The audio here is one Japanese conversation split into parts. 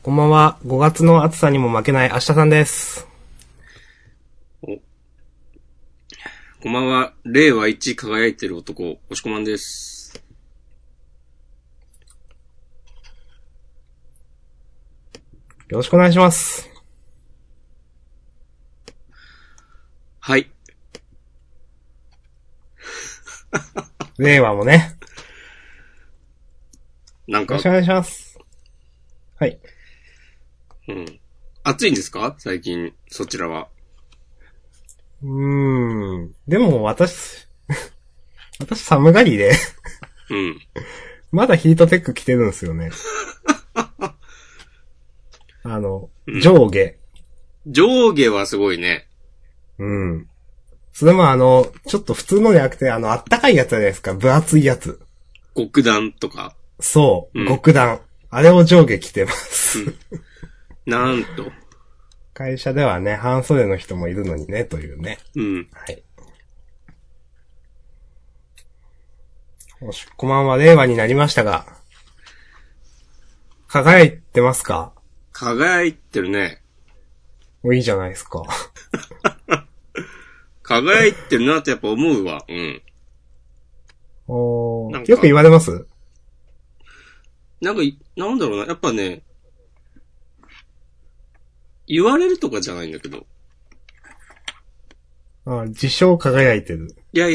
こんばんは。5月の暑さにも負けない明日さんです。 こんばんは。令和一輝いてる男、おしこまんです。 よろしくお願いします。 はい。 令和もね。 なんか。 よろしくお願いします。はい。 うん。暑いんですか最近、そちらは。 でも私寒がりで。 うん。 まだヒートテック着てるんですよね。上下。 上下はすごいね。 うん。それもちょっと普通のじゃなくて、あったかいやつじゃないですか。分厚いやつ。 極暖とか。 そう、極暖。あれを上下着てます。 なんと。 会社ではね、半袖の人もいるのにね、というね。 うん。 はい。こんばんは、令和になりましたが。輝いてますか？ 輝いてるね。 いいじゃないですか。 輝いてるなってやっぱ思うわ。うん。 よく言われます？ なんだろうな。やっぱね、言われるとかじゃないんだけど。 自称輝いてる。 いや、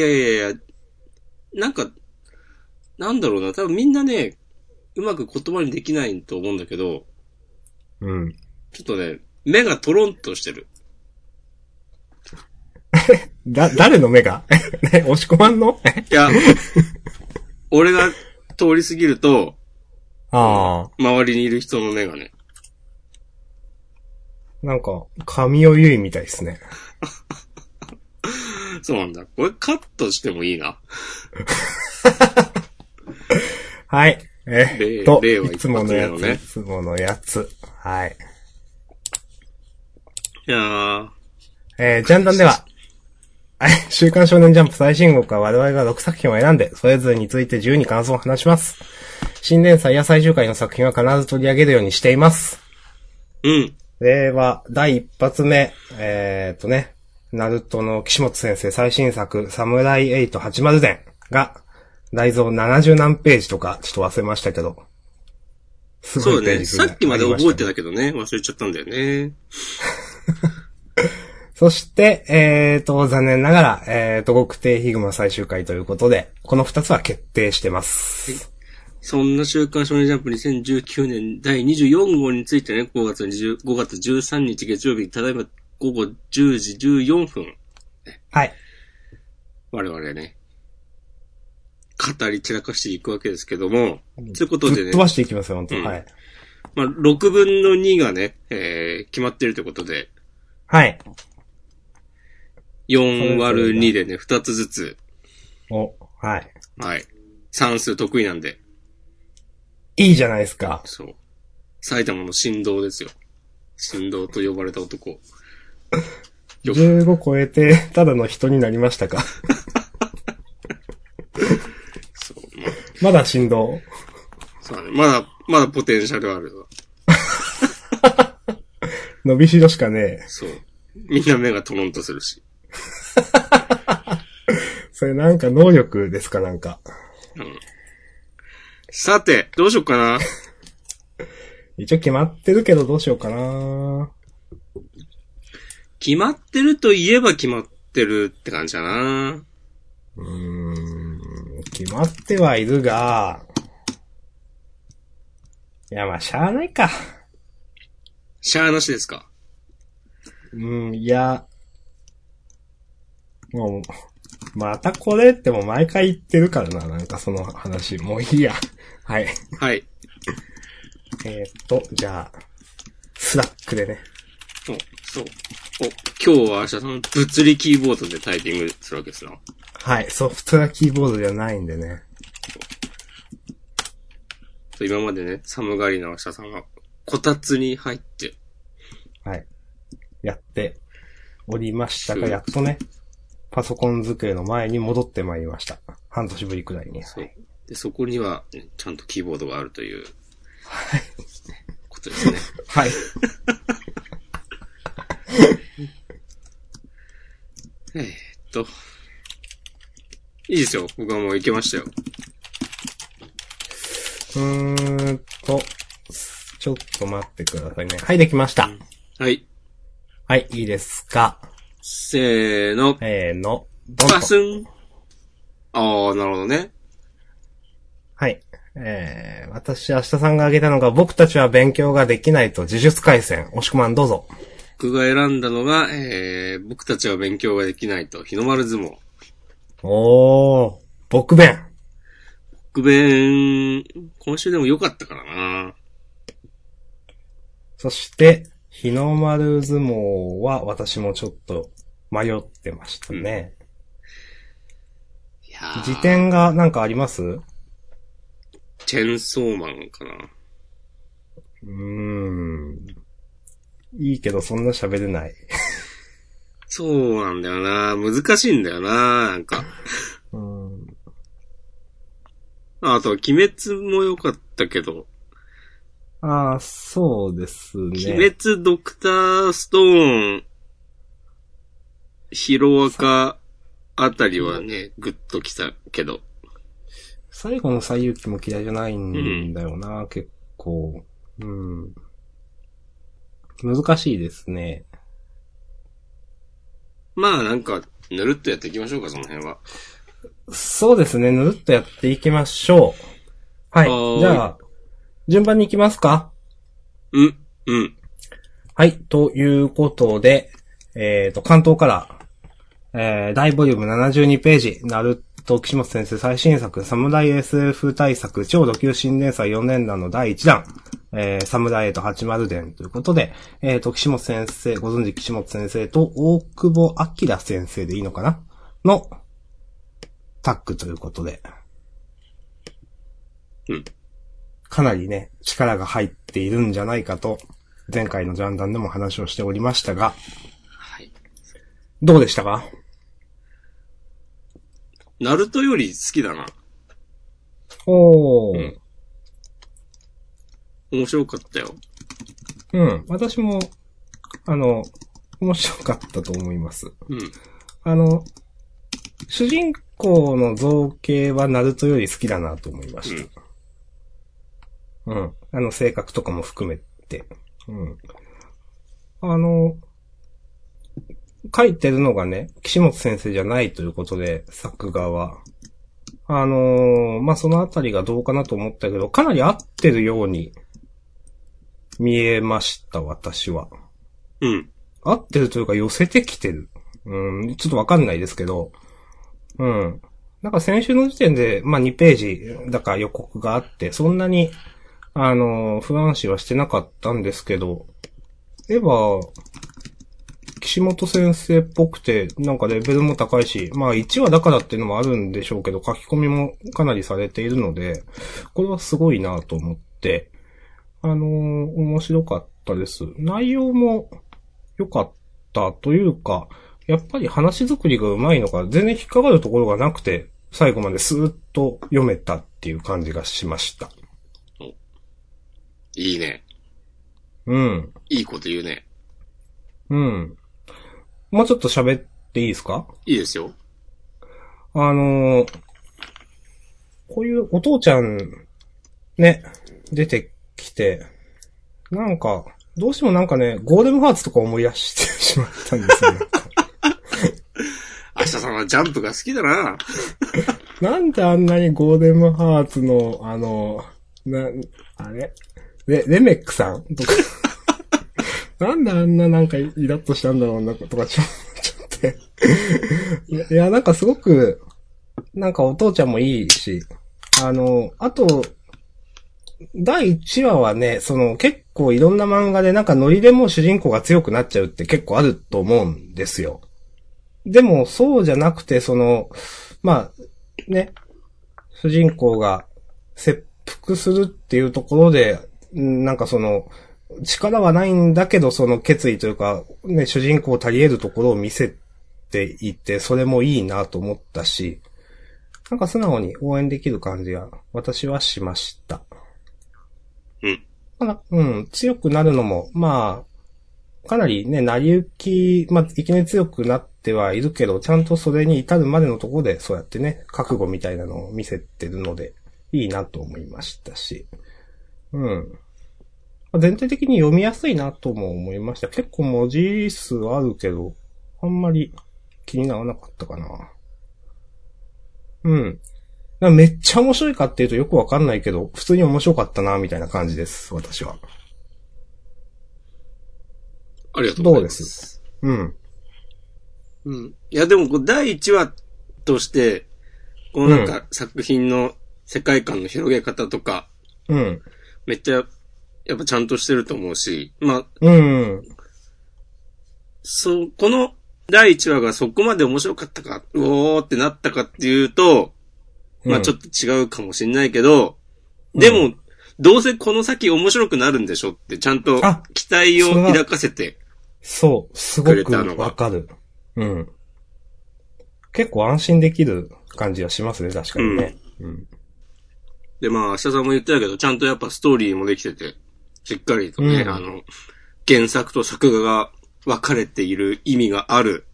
なんだろうな。多分みんなね、うまく言葉にできないと思うんだけど。 うん。 ちょっとね、目がトロンとしてる。 誰の目が押し込まんのいや、俺が通り過ぎると、周りにいる人の目がね。 なんか、神尾結衣みたいですね。 そうなんだ。これカットしてもいいな。 はい。 令和いつものやつ、 ね。 いつものやつ。はい。 いやー。ジャンダンでは、週刊少年ジャンプ最新号から我々が6作品を選んで、それぞれについて自由に感想を話します。新連載や最終回の作品は必ず取り上げるようにしています。 うん。 令和第一発目、ナルトの岸本先生最新作、サムライ880伝が、大蔵70何ページとか、ちょっと忘れましたけど。 すごいページ数、そうね。さっきまで覚えてたけどね、忘れちゃったんだよね。 そして、残念ながら、極低ヒグマ最終回ということで、この2つは決定してます。はい、 そんな週刊少年ジャンプ2019年第24号についてね、5月13日月曜日、ただいま午後10時14分。 はい。 我々ね、語り散らかしていくわけですけども、ということでね。 ぶっ飛ばしていきますよ、本当、はい。 まあ、6分の2がね、決まってるということで。 はい。 4割る2でね、2つずつ。 はい。 はい。算数得意なんで。 いいじゃないですか。 そう。埼玉の神道ですよ。神道と呼ばれた男。 15超えて、ただの人になりましたか？ そう、 まだ神道。 そうね。まだポテンシャルあるわ。 伸びしろしかねえ。 そう。みんな目がトロンとするし。 それなんか能力ですかなんか。 うん。さて、どうしよっかな。 一応決まってるけどどうしようかな。 決まってると言えば決まってるって感じだな。 決まってはいるが、いやまあしゃあないか。 しゃあなしですか。 いや、もう、またこれってもう毎回言ってるからな、なんかその話。もういいや。はい。 はい。 じゃあ、スラックでね。 そう。今日は明日その物理キーボードでタイピングするわけですな。 はい、ソフトウェアキーボードではないんでね。 今までね、寒がりな明日さんが、こたつに入って。 はい。やっておりましたが、やっとね、パソコン机の前に戻ってまいりました。半年ぶりくらいに。 そう。で、そこには、ね、ちゃんとキーボードがあるという。 はい。 ことですね。 はい。 えーっと。いいですよ。僕はもう行けましたよ。 ちょっと待ってくださいね。はい、できました。 はい。 はい、いいですか。 せーの。 ドンと。 バスン。あー、なるほどね。 はい。私、明日さんが挙げたのが、僕たちは勉強ができないと呪術廻戦。押し込まんどうぞ。 僕が選んだのが、僕たちは勉強ができないと、日の丸相撲。 僕弁。 僕弁、今週でも良かったからな。 そして、日の丸相撲は私もちょっと迷ってましたね。 いやー、 辞典がなんかあります？ チェンソーマンかな。 いいけどそんな喋れない。 そうなんだよな。難しいんだよな。なんか。あと、鬼滅も良かったけど。 ああ、そうですね。 鬼滅ドクターストーン、ヒロアカあたりはね、グッときたけど。 最後の最遊記も嫌いじゃないんだよな、結構。難しいですね。 まあなんか、ぬるっとやっていきましょうか、その辺は。 そうですね、ぬるっとやっていきましょう。はい。じゃあ、順番に行きますか？ うん。 はい。ということで、関東から、大ボリューム72ページ、ナルト岸本先生最新作、サムライ SF 大作、超ド級新連載4年団の第1弾、サムライ80伝ということで、岸本先生、ご存知岸本先生と大久保明先生でいいのかなの、タッグということで。かなりね、力が入っているんじゃないかと、前回のジャンダンでも話をしておりましたが、 はい。 どうでしたか？ ナルトより好きだな。面白かったよ。 私も、面白かったと思います。主人公の造形はナルトより好きだなと思いました。性格とかも含めて。書いてるのがね、岸本先生じゃないということで、作画は。まあ、そのあたりがどうかなと思ったけど、かなり合ってるように見えました、私は。合ってるというか寄せてきてる。ちょっとわかんないですけど、なんか先週の時点で、まあ、2ページ、だから予告があって、そんなに、不安視はしてなかったんですけど、岸本先生っぽくて、なんかレベルも高いし、まあ1話だからっていうのもあるんでしょうけど、書き込みもかなりされているので、これはすごいなと思って、面白かったです。内容も良かったというか、やっぱり話作りが上手いのか、全然引っかかるところがなくて、最後までスーッと読めたっていう感じがしました。 いいね。いいこと言うね。 もうちょっと喋っていいですか？ いいですよ。 こういうお父ちゃん、ね、出てきて、なんか、どうしてもなんかね、ゴーレムハーツとか思い出してしまったんですよね。 明日さんはジャンプが好きだな。 なんであんなにゴーレムハーツの、レメックさんとか、なんであんななんかイラッとしたんだろうな、とかちょっといや、なんかすごく、なんかお父ちゃんもいいし、あと、第1話はね、結構いろんな漫画でなんかノリでもう主人公が強くなっちゃうって結構あると思うんですよ。でも、そうじゃなくて、まあ、ね、主人公が切腹するっていうところで、なんか力はないんだけど、決意というか、ね、主人公足り得るところを見せていて、それもいいなと思ったし、なんか素直に応援できる感じが、私はしました。 強くなるのも、まあ、かなりね、成り行き、まあ、いきなり強くなってはいるけど、ちゃんとそれに至るまでのところで、そうやってね、覚悟みたいなのを見せてるので、いいなと思いましたし。全体的に読みやすいなとも思いました。結構文字数あるけど、あんまり気にならなかったかな。めっちゃ面白いかっていうとよくわかんないけど、普通に面白かったな、みたいな感じです、私は。 ありがとうございます。 どうです？ いや、でも、第1話として、このなんか、作品の世界観の広げ方とか、めっちゃ、やっぱちゃんとしてると思うし、まあ、この第1話がそこまで面白かったか、うおーってなったかっていうと、まあちょっと違うかもしんないけど、でも、どうせこの先面白くなるんでしょってちゃんと期待を抱かせてそう、すごくわかる。結構安心できる感じはしますね、確かにね。 で、まあ、明日さんも言ってたけど、ちゃんとやっぱストーリーもできてて、しっかりとね、原作と作画が分かれている意味がある。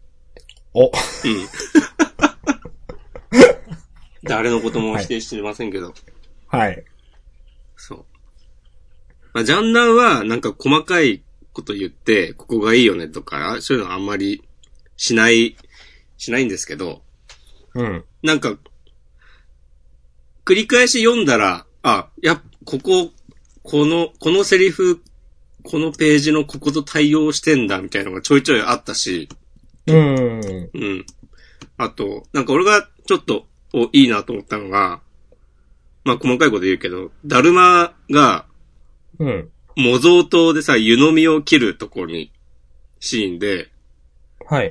誰のことも否定してませんけど。 はい。 そう。まあ、ジャンダンはなんか細かいこと言って、ここがいいよねとか、そういうのはあんまりしないんですけど、なんか、繰り返し読んだら、このセリフ、このページのここと対応してんだみたいなのがちょいちょいあったし、あと、なんか俺がちょっといいなと思ったのが、まあ細かいこと言うけど、だるまが、模造刀でさ、湯飲みを切るところに、シーンで、 はい。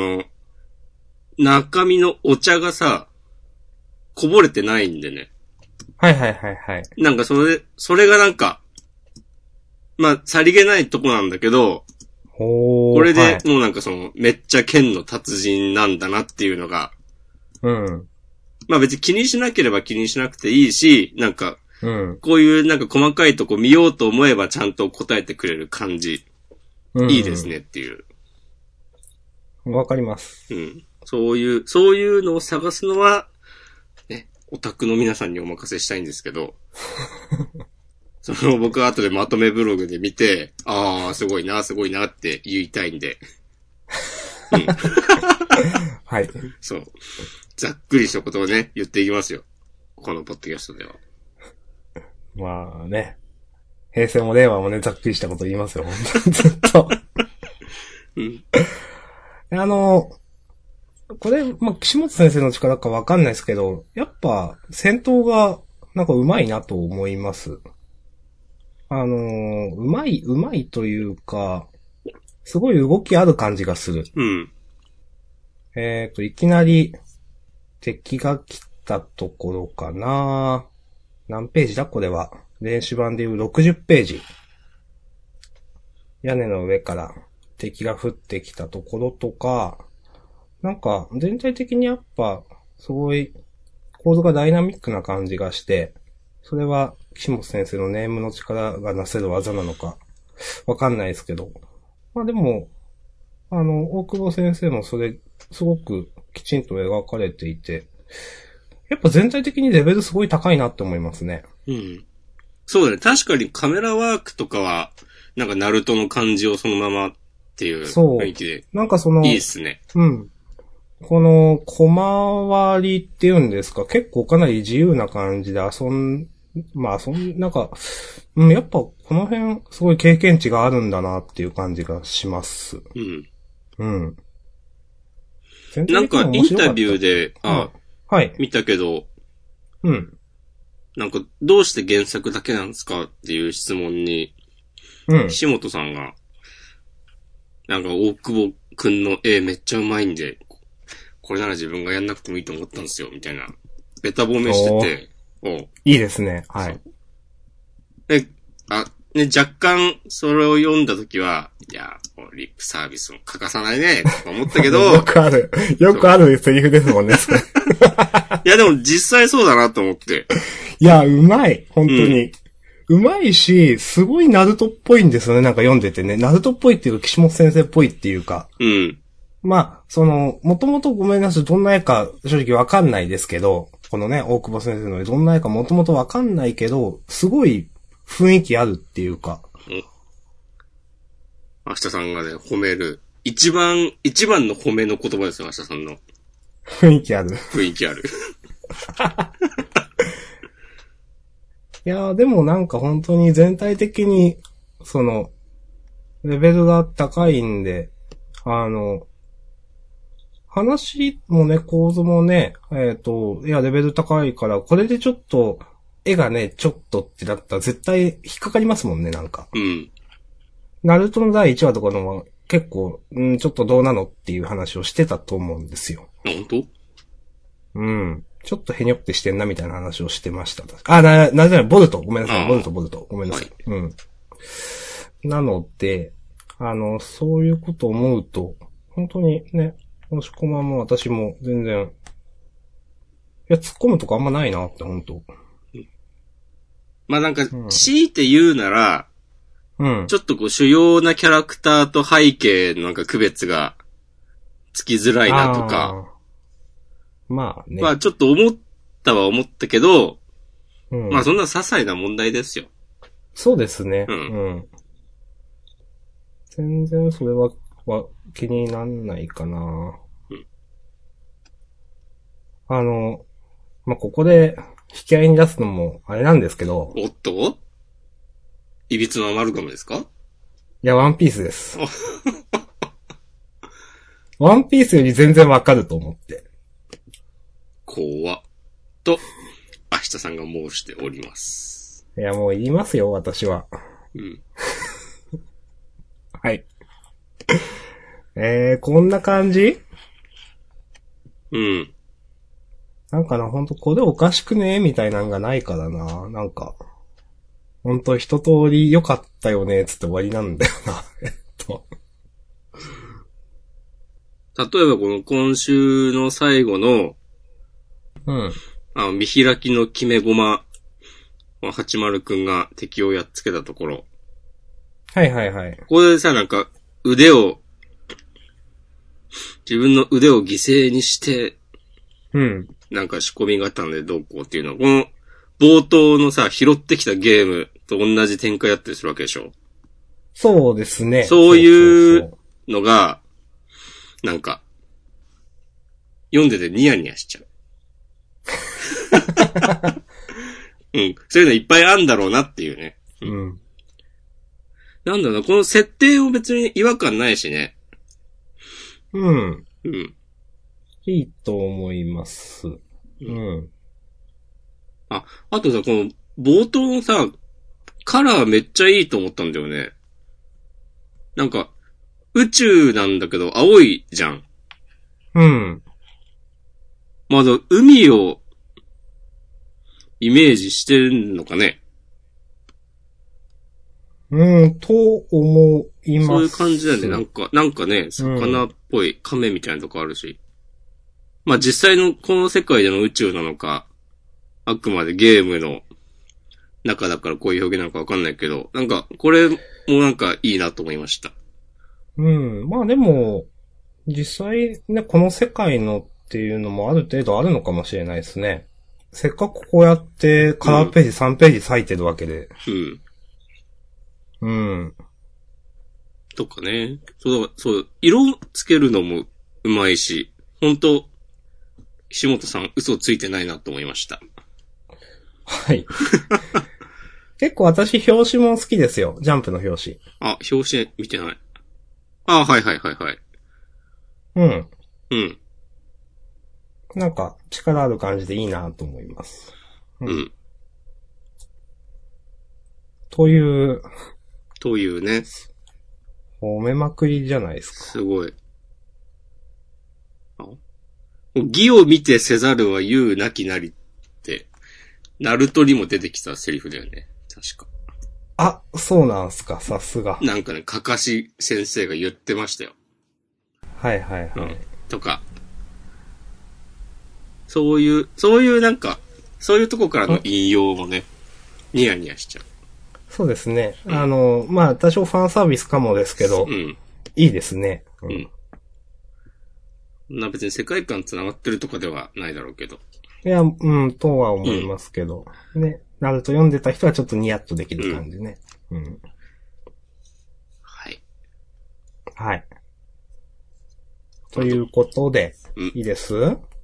中身のお茶がさ、こぼれてないんでね。 はい。 なんかそれがなんか、まあ、さりげないとこなんだけど、これでもうなんかめっちゃ剣の達人なんだなっていうのが、まあ別に気にしなければ気にしなくていいし、なんか、こういうなんか細かいとこ見ようと思えばちゃんと答えてくれる感じ、いいですねっていう。 わかります。 そういうのを探すのは、ね、オタクの皆さんにお任せしたいんですけど、僕は後でまとめブログで見て、すごいなって言いたいんで。 はい。 そう。ざっくりしたことをね、言っていきますよ。このポッドキャストでは。 まあね。平成も令和もね、ざっくりしたこと言いますよ、本当にずっと。これ、まあ、岸本先生の力かわかんないですけど、やっぱ、戦闘が、なんか上手いなと思います。上手いというか、すごい動きある感じがする。いきなり、敵が来たところかな。何ページだこれは。電子版でいう60ページ。屋根の上から敵が降ってきたところとか、なんか全体的にやっぱすごい構図がダイナミックな感じがして、それは岸本先生のネームの力がなせる技なのかわかんないですけど。まあでも、大久保先生もそれすごくきちんと描かれていて、やっぱ全体的にレベルすごい高いなって思いますね。 そうだね。確かにカメラワークとかは、なんかナルトの感じをそのままっていう雰囲気で。 なんかいいっすね。 この小回りっていうんですか、結構かなり自由な感じでなんか、やっぱこの辺すごい経験値があるんだなっていう感じがします。 なんかインタビューで、 はい。 見たけど、なんかどうして原作だけなんですかっていう質問に、岸本さんが、なんか大久保くんの絵めっちゃうまいんで、これなら自分がやんなくてもいいと思ったんですよ、みたいな。ベタ褒めしてて。 いいですね。はい。 若干、それを読んだときは、いや、リップサービスも欠かさないね、と思ったけど。 よくあるセリフですもんね、それ。 いや、でも実際そうだなと思って。 いや、うまい。本当に。 うまいし、すごいナルトっぽいんですよね、なんか読んでてね。ナルトっぽいっていうか、岸本先生っぽいっていうか。 うん。 まあ、もともとごめんなさい、どんな絵か正直わかんないですけど、このね、大久保先生の絵どんな絵かもともとわかんないけど、すごい雰囲気あるっていうか。 明日さんがね、褒める。一番の褒めの言葉ですよ、明日さんの。 雰囲気ある。 雰囲気ある。 いやー、でもなんか本当に全体的に、レベルが高いんで、話もね、構図もね、いや、レベル高いから、これでちょっと、絵がね、ちょっとってなったら絶対引っかかりますもんね、なんか。 うん。 ナルトの第1話とかのは結構、ちょっとどうなのっていう話をしてたと思うんですよ。 本当？ うん。ちょっとへにょってしてんなみたいな話をしてました。あ、なぜならボルト。ごめんなさい。ボルト。ごめんなさい。はい、うん。なので、そういうことを思うと、本当にね、もしこまも私も全然、いや、突っ込むとかあんまないなって、本当。 まあなんか、強いて言うなら、うん。ちょっとこう主要なキャラクターと背景のなんか区別がつきづらいなとか。 まあね。 まあちょっと思ったけど、うん、まあそんな些細な問題ですよ。 そうですね。うん。全然それは気になんないかな。うん、まあ、ここで引き合いに出すのもあれなんですけど。 おっと？いびつのアマルガムですか？いや、ワンピースです。ワンピースより全然わかると思って。 怖っ。と、明日さんが申しております。 いや、もう言いますよ、私は。 うん。 はい。こんな感じ？ うん。 なんかな、ほんとこれおかしくねみたいなんがないからな。なんか、ほんと一通り良かったよねつって終わりなんだよな。 例えばこの今週の最後の、 うん。 見開きの決め駒、八丸くんが敵をやっつけたところ。 はいはいはい。 ここでさ、なんか、自分の腕を犠牲にして、 うん。 なんか仕込み型でどうこうっていうのを、この冒頭のさ、拾ってきたゲームと同じ展開やったりするわけでしょ？ そうですね。 そういうのが、なんか、読んでてニヤニヤしちゃう。うん。そういうのいっぱいあるんだろうなっていうね。 うん。 なんだろうな、この設定も別に違和感ないしね。 うん。 うん。 いいと思います。うん。 あとさ、この冒頭のさ、カラーめっちゃいいと思ったんだよね。なんか、宇宙なんだけど青いじゃん。 うん。 まだ海をイメージしてるのかね。 と思います。 そういう感じだよね。なんかね、魚っぽい亀みたいなとこあるし。まあ実際のこの世界での宇宙なのか、あくまでゲームの中だからこういう表現なのかわかんないけど、なんかこれもなんかいいなと思いました。 うん。まあでも、実際ね、この世界のっていうのもある程度あるのかもしれないですね。せっかくこうやってカラーページ3ページ割いてるわけで。 うん。 うん。 とかね。そう、色つけるのもうまいし、本当岸本さん嘘ついてないなと思いました。 はい。結構私表紙も好きですよ。ジャンプの表紙。 あ、表紙見てない。あ、はいはいはいはい。 うん。 うん。 なんか力ある感じでいいなと思います。 うん。 というね。 褒めまくりじゃないですか。 すごい。義を見てせざるは言うなきなりって、ナルトにも出てきたセリフだよね。確か。 あ、そうなんすか、さすが。 なんかね、かかし先生が言ってましたよ。 はいはいはい。うん、 とか。そういうなんか、そういうとこからの引用もね、ニヤニヤしちゃう。 そうですね。まあ、多少ファンサービスかもですけど、 うん。 いいですね。 うん。別に世界観繋がってるとかではないだろうけど。 いや、とは思いますけど。ね。ナルト読んでた人はちょっとニヤッとできる感じね。 はい。 はい。ということで、いいです？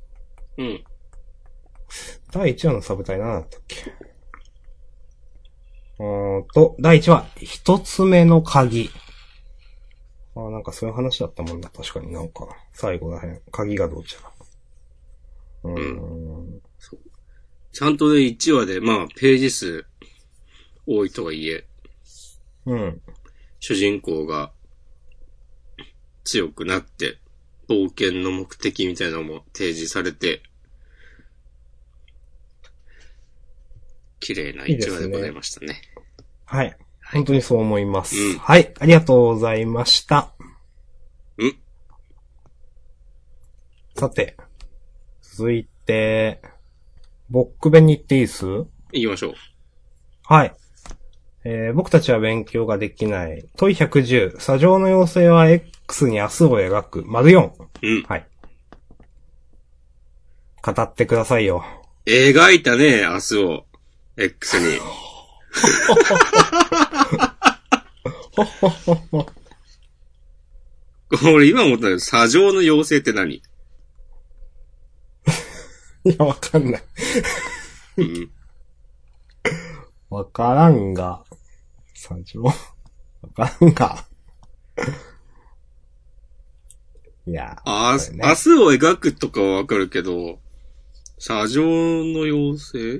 第1話のサブタイ何だったっけ？第1話、一つ目の鍵。なんかそういう話だったもんだ。確かになんか、最後らへん。鍵がどうちゃら。 そう。ちゃんとね、1話で、まあ、ページ数多いとはいえ、主人公が強くなって、冒険の目的みたいなのも提示されて、綺麗な1話でございましたね。 いいですね。はい。本当にそう思います。 うん、 はい。ありがとうございました。さて、続いて、ボック弁に行っていいです？行きましょう。 はい。僕たちは勉強ができない。問い110。砂上の妖精は X に明日を描く。丸4。はい。語ってくださいよ。 描いたね、明日を。X に。俺今思ったけど、砂上の妖精って何？ いや、わかんない。わからんが。砂上。わからんが。いや。 明日を描くとかはわかるけど、砂上の妖精？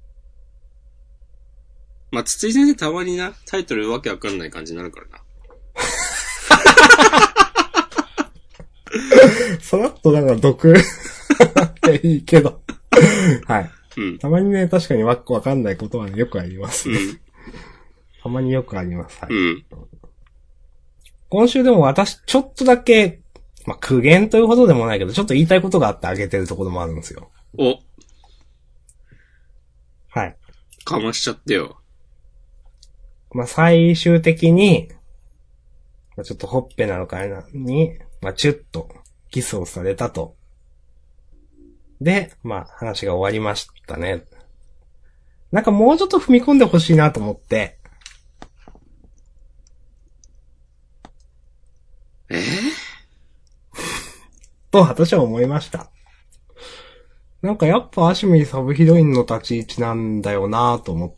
まあ、筒井先生たまにな、タイトルわけわかんない感じになるからな。 そらっとなんか毒いいけど。はい。たまにね、確かにわかんないことはね、よくありますね。たまによくあります。はい。今週でも私、ちょっとだけ、まあ、苦言ということでもないけど、ちょっと言いたいことがあってあげてるところもあるんですよ。はい。 かましちゃってよ。 まあ、最終的に、まあ、ちょっとほっぺなのかに、まあ、チュッとキスをされたと。で、まあ、話が終わりましたね。なんかもうちょっと踏み込んでほしいなと思って。と私は思いました。なんかやっぱアシミサブヒロインの立ち位置なんだよなと思って。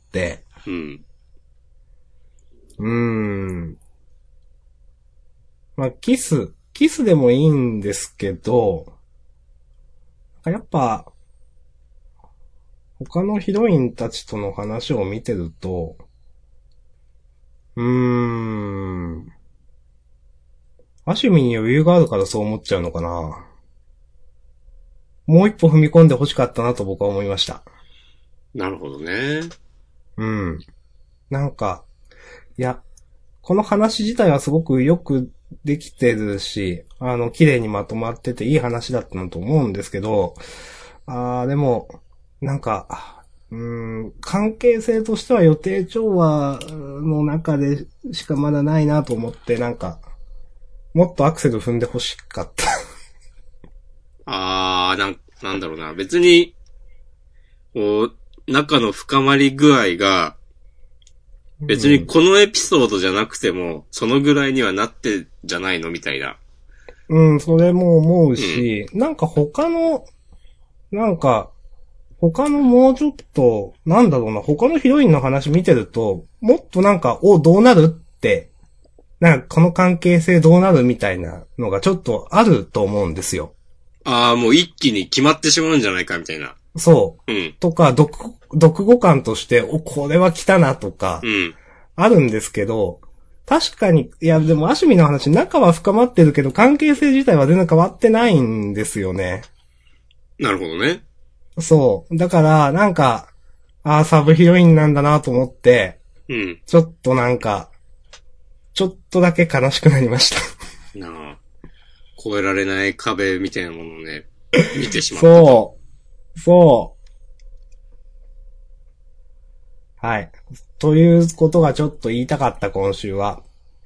まあ、キスでもいいんですけど、やっぱ、他のヒロインたちとの話を見てると、アシュミに余裕があるからそう思っちゃうのかな。もう一歩踏み込んで欲しかったなと僕は思いました。 なるほどね。 なんか、いや、この話自体はすごくよくできてるし、綺麗にまとまってていい話だったなと思うんですけど、でも、なんか、関係性としては予定調和の中でしかまだないなと思って、なんか、もっとアクセル踏んで欲しかった。 なんだろうな。別に、こう、仲の深まり具合が、別にこのエピソードじゃなくても、そのぐらいにはなってじゃないのみたいな。 それも思うし、なんか他のもうちょっと、なんだろうな、他のヒロインの話見てると、もっとなんか、どうなるって、なんかこの関係性どうなるみたいなのがちょっとあると思うんですよ。 もう一気に決まってしまうんじゃないかみたいな。 そう。とか、読語感として、これは来たなとか、あるんですけど、確かに、いや、でもアシュミの話、仲は深まってるけど、関係性自体は全然変わってないんですよね。 なるほどね。 そう。だから、なんか、サブヒロインなんだなと思って、ちょっとなんか、ちょっとだけ悲しくなりました。 越えられない壁みたいなものをね、見てしまった。そう。 はい。 ということがちょっと言いたかった今週は。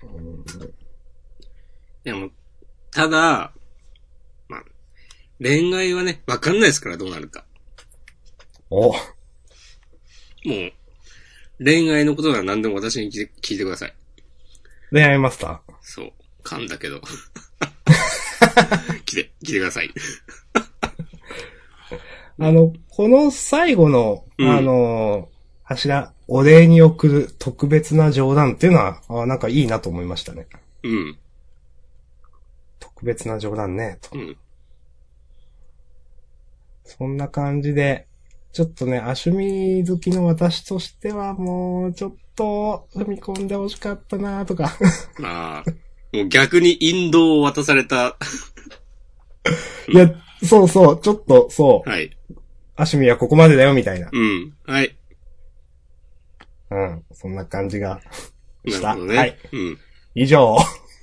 でも、ただ、まあ、恋愛はね、わかんないですからどうなるか。 もう、 恋愛のことなら何でも私に聞いてください。 恋愛マスター。 そう。噛んだけど。来てください。 この最後の、柱、お礼に送る特別な冗談っていうのは、なんかいいなと思いましたね。 うん。 特別な冗談ね、と。 うん。 そんな感じで、ちょっとね、趣味好きの私としてはもう、ちょっと、踏み込んでほしかったなとか。 まあ、もう逆に引導を渡された。 いや、そうそう、ちょっと、そう。 はい。 趣味はここまでだよ、みたいな。 うん。はい。 うん。そんな感じがした。 なるほどね。 はい。 うん。 以上。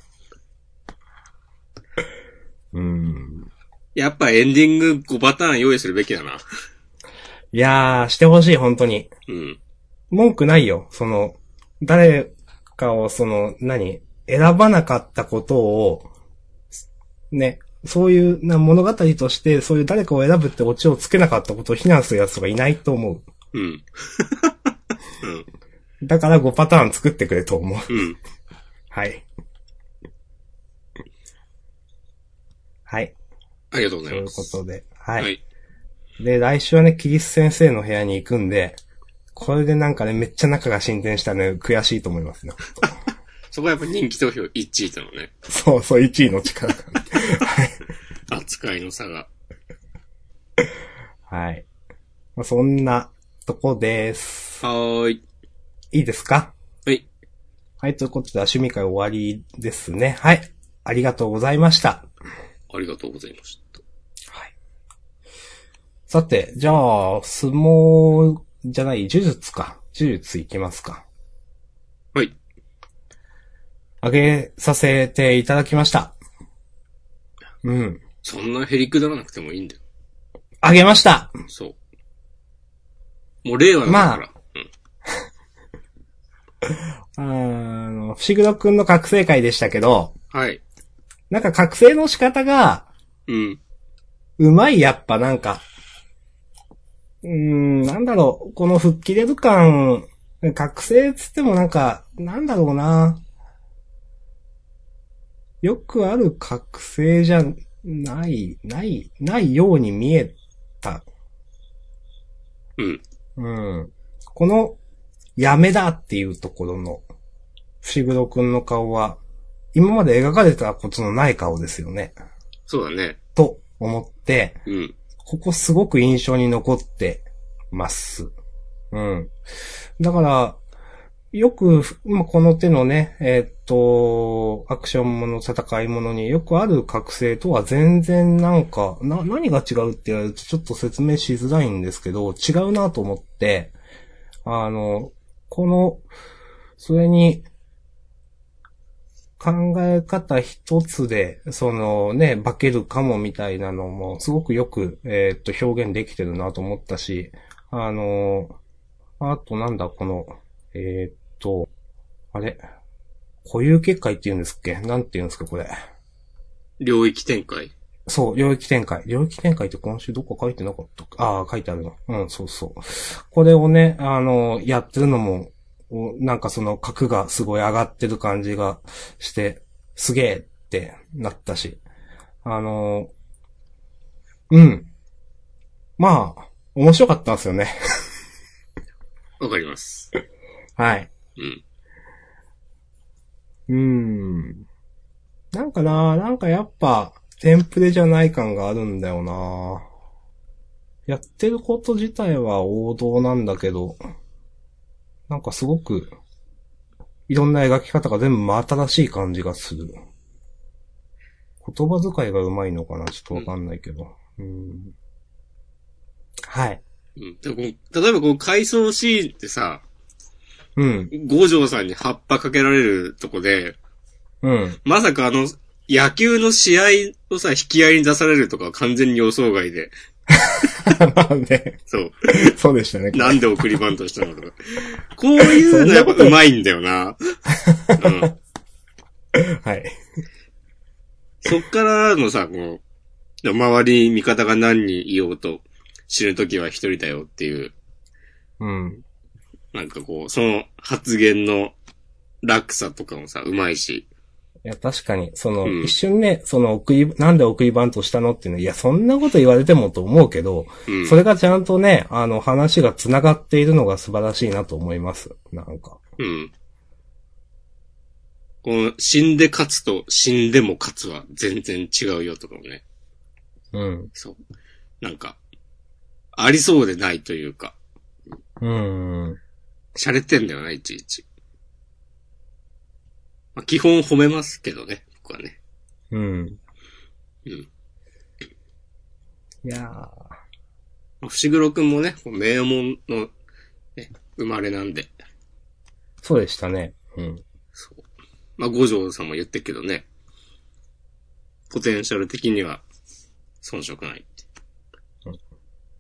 やっぱエンディング5パターン用意するべきだな。 いやー、してほしい、本当に。 うん。 文句ないよ。誰かを選ばなかったことを、ね、そういう物語として、そういう誰かを選ぶってオチをつけなかったことを非難する奴がいないと思う。 うん。うん。 だから5パターン作ってくれと思う。 うん。 はい。はい。 ありがとうございます。 ということで。はい。 はい。 で、来週はね、キリス先生の部屋に行くんで、これでなんかね、めっちゃ仲が進展したね、悔しいと思いますね。 そこはやっぱ人気投票1位とのね。 そうそう、1位の力が、ね。はい。 扱いの差が。 はい。まあ、そんなとこです。 はーい。 いいですか？ はい。 はい、ということで、趣味会終わりですね。はい。ありがとうございました。 ありがとうございました。 はい。さて、じゃあ、相撲じゃない、呪術か。呪術いきますか。 はい。 あげさせていただきました。うん。 そんなへりくだらなくてもいいんだよ。 あげました。 そう。もう令和だから。 不思議のくんの覚醒会でしたけど、 はい。 なんか覚醒の仕方が、 うん。 うまい、やっぱなんか。なんだろう、この吹っ切れる感、覚醒つってもなんか、なんだろうな。よくある覚醒じゃないように見えた。 うん。 うん。この、やめだっていうところの、伏黒くんの顔は、今まで描かれたことのない顔ですよね。 そうだね。 と思って、 うん。 ここすごく印象に残ってます。うん。だから、よく、この手のね、アクションもの、戦いものによくある覚醒とは全然なんか、何が違うって言われるとちょっと説明しづらいんですけど、違うなと思って、それに、考え方一つで、化けるかもみたいなのも、すごくよく、表現できてるなと思ったし、あとなんだ、あれ、固有結界って言うんですっけ？なんて言うんですか、これ。 領域展開。 そう、領域展開。領域展開って今週どっか書いてなかったか？書いてあるの。うん、そうそう。これをね、やってるのも、なんか格がすごい上がってる感じがして、すげえってなったし。うん。まあ、面白かったんですよね。 わかります。 はい。なんかやっぱ、テンプレじゃない感があるんだよな。やってること自体は王道なんだけど、なんかすごく、いろんな描き方が全部真新しい感じがする。言葉遣いが上手いのかな？ちょっとわかんないけど。はい。 でも例えば回想シーンってさ、五条さんに葉っぱかけられるとこで、まさか野球の試合をさ、引き合いに出されるとかは完全に予想外で。 まあね。 そう。 そうでしたね。 なんで送りバントしたのとか。こういうのやっぱ上手いんだよな。うん。 はい。 そっからのさ、こう、周り味方が何人いようと、死ぬときは一人だよっていう。 うん。 なんかこう、その発言の落差とかもさ、上手いし。 いや、確かに、一瞬ね、なんで送りバントしたのっていうの、いや、そんなこと言われてもと思うけど、それがちゃんとね、話が繋がっているのが素晴らしいなと思います。なんか。 うん。この、死んで勝つと死んでも勝つは全然違うよとかもね。 うん。 そう。なんか、ありそうでないというか。洒落てんだよな、いちいち。まあ、基本褒めますけどね、僕はね。 うん。うん。 いやー。 伏黒くんもね、名門の、ね、生まれなんで。 そうでしたね。うん。 そう。まあ、五条さんも言ってるけどね。ポテンシャル的には、遜色ないって。 うん、い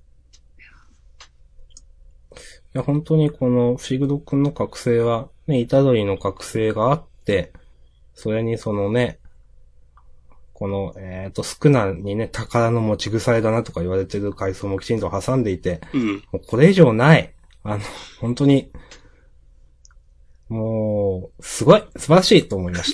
や、本当にこの、伏黒くんの覚醒は、ね、虎杖の覚醒があって、それにね、この、スクナにね、宝の持ち腐れだなとか言われてる回想もきちんと挟んでいて、もうこれ以上ない。本当に、もう、すごい、素晴らしいと思いました。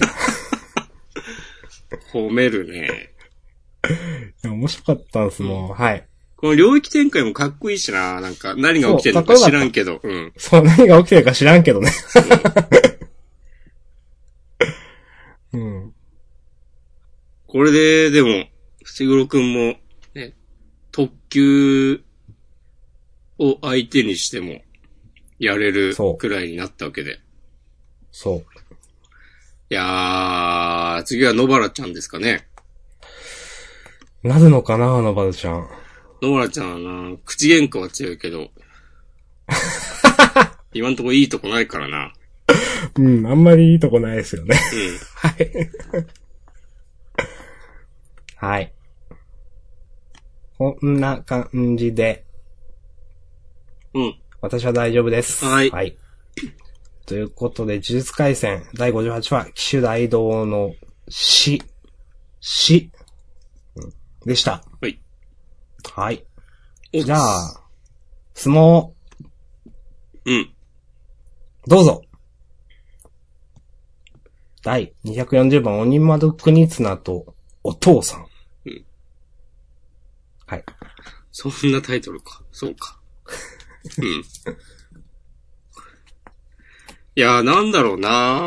褒めるね。 面白かったんです、もう、はい。 この領域展開もかっこいいしな、なんか、何が起きてるのか知らんけど。 そう、何が起きてるか知らんけどね。うん。 これで、でも、伏黒くんも、ね、特急を相手にしても、やれるくらいになったわけで。 そう。 いやー、次は野原ちゃんですかね。 なるのかな、野原ちゃん。 野原ちゃんはな、口喧嘩は強いけど、今んとこいいとこないからな。 うん、あんまりいいとこないですよね。はい。はい。こんな感じで。私は大丈夫です。 はい。 はい。ということで、呪術廻戦第58話、騎手大道の死でした。 はい。 はい。じゃあ、相撲。どうぞ。第240番、鬼丸国綱とお父さん。はい。 そんなタイトルか。そうか。いやー、なんだろうな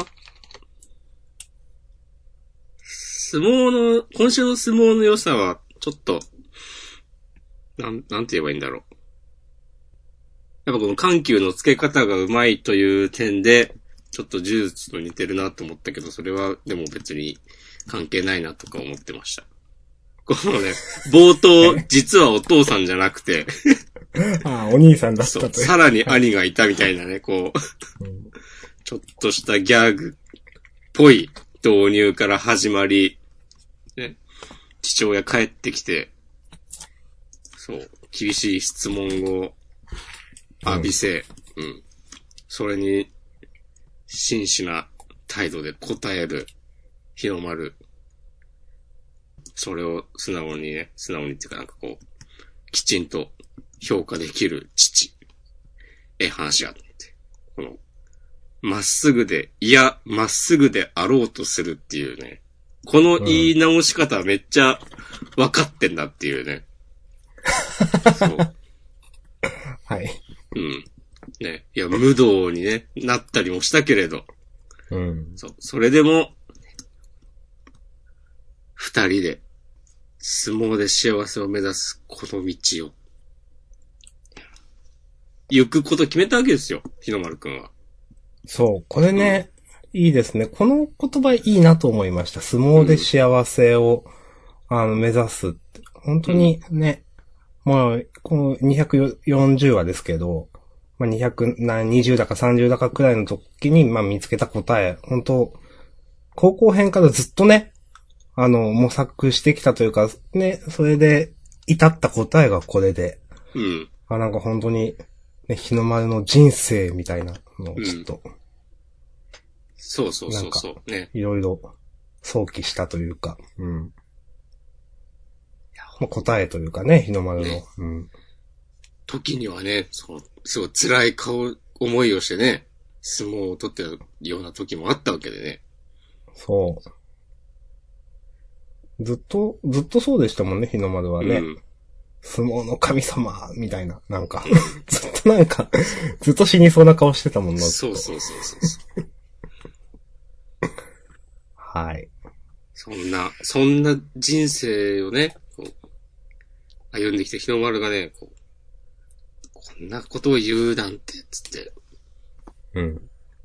今週の相撲の良さは、ちょっと、なんて言えばいいんだろう。やっぱこの緩急の付け方がうまいという点で、ちょっと呪術と似てるなと思ったけど、それはでも別に関係ないなとか思ってました。このね、冒頭、実はお父さんじゃなくてああ、お兄さんだったという。 さらに兄がいたみたいなね、こう、ちょっとしたギャグっぽい導入から始まり、ね、父親帰ってきて、そう、厳しい質問を浴びせ、それに、真摯な態度で答える、日の丸。それを素直にっていうかなんかこう、きちんと評価できる父。話やって。この、まっすぐであろうとするっていうね。この言い直し方はめっちゃ分かってんだっていうね。そう。 はい。 ね。いや、無道にね、なったりもしたけれど。そう。それでも、二人で、相撲で幸せを目指すこの道を、行くこと決めたわけですよ、日の丸くんは。 そう、これね、いいですね。この言葉いいなと思いました。相撲で幸せを、目指すって。本当にね、もう、この240話ですけど、まあ、20だか30だかくらいの時に、まあ、見つけた答え、本当高校編からずっとね、模索してきたというか、ね、それで、至った答えがこれで、 うん。 なんか本当に、ね、日の丸の人生みたいなのをちょっと、 そうそうそうそう。ね。 いろいろ想起したというか、うん。まあ、答えというかね、日の丸の。ね、うん。 時にはね、すごい辛い思いをしてね、相撲を取ってるような時もあったわけでね。 そう。ずっとそうでしたもんね、日の丸はね。うん、相撲の神様、みたいな、なんか、ずっと死にそうな顔してたもんな。 そうそうそうそう。 はい。 そんな人生をね、歩んできて日の丸がね、こんなことを言うなんて、つって。 うん。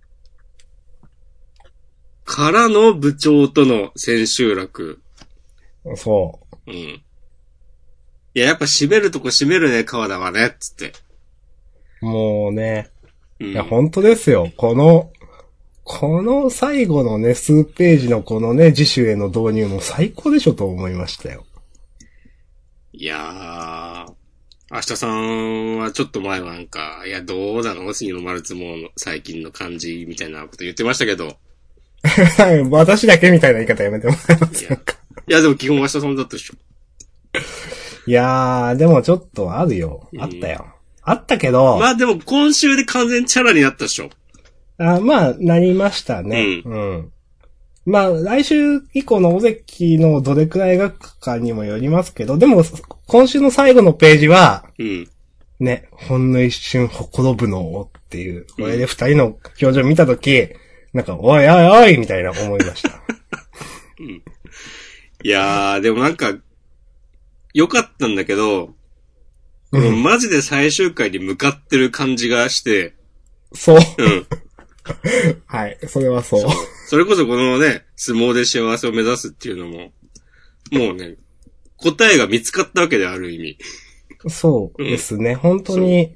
からの部長との千秋楽。 そう。 うん。いや、やっぱ締めるとこ締めるね、川田はね、つって。 もうね。うん、いや、本当ですよ。この最後のね、数ページのこのね、次週への導入も最高でしょと思いましたよ。 いやー、明日さんはちょっと前はなんか、いや、どうなの日の丸相撲の最近の感じみたいなこと言ってましたけど。 私だけみたいな言い方やめてもらえますか。 いや、でも基本明日さんだったでしょ。 いやー、でもちょっとあるよ。あったよ。あったけど。 まあでも今週で完全チャラになったでしょ。 まあ、なりましたね。うん。まあ、来週以降の尾関のどれくらい描くかにもよりますけど、でも、今週の最後のページは、 うん。 ね、ほんの一瞬ほころぶのっていう、これで二人の表情見たとき、なんか、おいおいおいみたいな思いました。 うん。いやー、でもなんか、良かったんだけど、マジで最終回に向かってる感じがして、 そう。 うん。 はい、それはそう。 それこそこのね、相撲で幸せを目指すっていうのも、もうね、答えが見つかったわけである意味。 そうですね、本当に、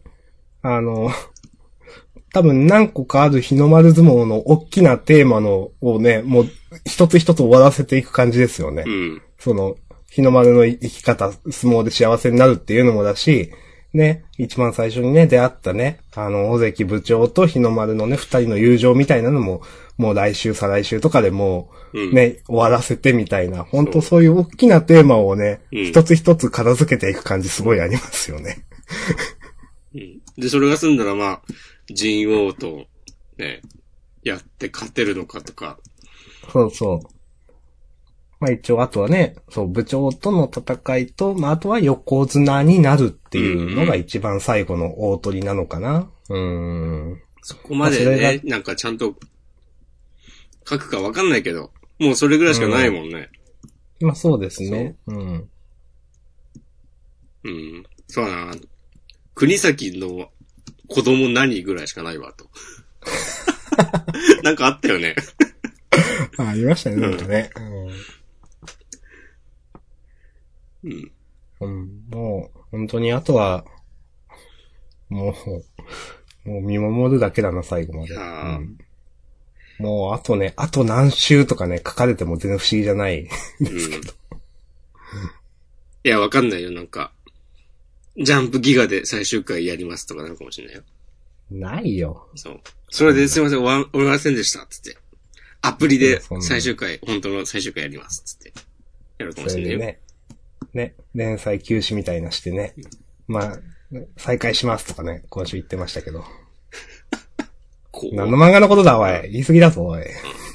多分何個かある日の丸相撲の大きなテーマのをね、もう一つ一つ終わらせていく感じですよね。 うん。 日の丸の生き方、相撲で幸せになるっていうのもだし、ね、一番最初にね、出会ったね、尾関部長と日の丸のね、二人の友情みたいなのも、もう来週、再来週とかでもう、ね、終わらせてみたいな、本当そういう大きなテーマをね、一つ一つ片付けていく感じすごいありますよね。 うん、で、それが済んだらまあ、神王と、ね、やって勝てるのかとか。 そうそう。まあ一応あとはね、そう部長との戦いと、まああとは横綱になるっていうのが一番最後の大取りなのかな。 そこまでね、なんかちゃんと書くかわかんないけど、もうそれぐらいしかないもんね。 まあそうですね。 そうだな。国崎の子供何ぐらいしかないわと。なんかあったよね。 ありましたね、なんかね。もう、本当にあとは、もう見守るだけだな、最後まで。もう、あと何週とかね、書かれても全然不思議じゃないですけど。 いや、わかんないよ、なんか。ジャンプギガで最終回やりますとかなるかもしれないよ。 ないよ。 そう。それですいません、終わりませんでした、つって。アプリで最終回、本当の最終回やります、つって。やるかもしれないよ。 ね、連載休止みたいなしてね。まあ、再開しますとかね、今週言ってましたけど。何の漫画のことだ、おい。言い過ぎだぞ、おい。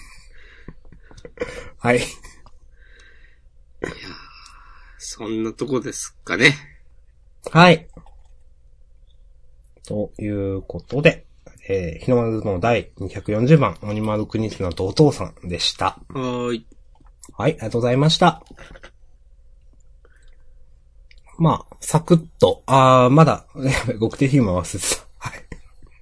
はい。いやそんなとこですかね。 はい。ということで、日の丸の第240番、鬼丸国綱とお父さんでした。 はい、 ありがとうございました。まあ、サクッと、まだ、極低ヒグマ忘れてた。はい。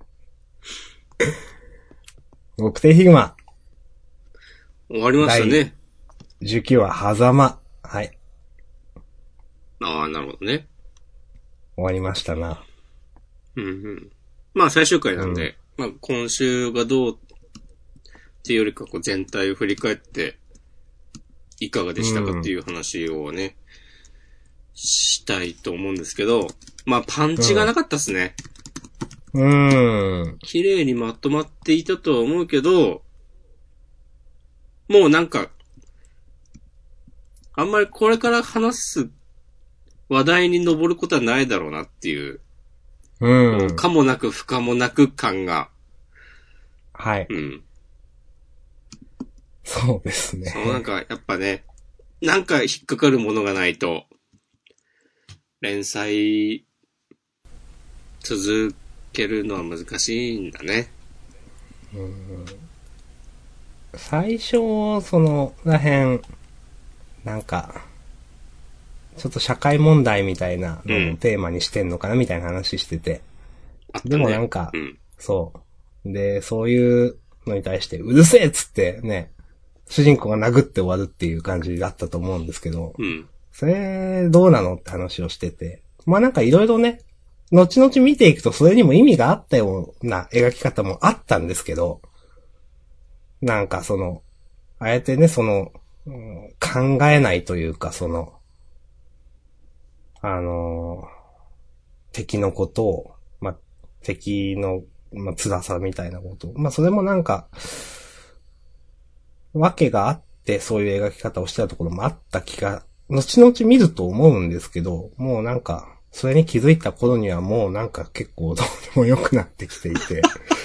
極低ヒグマ。 終わりましたね。 19話、狭間。はい。 なるほどね。 終わりましたな。 まあ最終回なんで、まあ今週がどうっていうよりかこう全体を振り返っていかがでしたかっていう話をね、 したいと思うんですけど、まあパンチがなかったっすね。綺麗にまとまっていたとは思うけど、もうなんか、あんまりこれから話す話題に上ることはないだろうなっていう、可もなく不可もなく感が。 はい。そうですね。 そうなんか、やっぱね、なんか引っかかるものがないと、連載、続けるのは難しいんだね。 最初、そのらへん、なんか、ちょっと社会問題みたいなのをテーマにしてんのかなみたいな話してて。でもなんか、そう。で、そういうのに対して、うるせえっつってね、主人公が殴って終わるっていう感じだったと思うんですけど、それ、どうなのって話をしてて。まあなんかいろいろね、後々見ていくとそれにも意味があったような描き方もあったんですけど、なんかその、あえてね、その、考えないというか、その、敵のことを、まあ、敵の、まあ、辛さみたいなこと。まあ、それもなんか、わけがあって、そういう描き方をしてたところもあった気が、後々見ると思うんですけど、もうなんか、それに気づいた頃にはもうなんか結構どうでもよくなってきていて。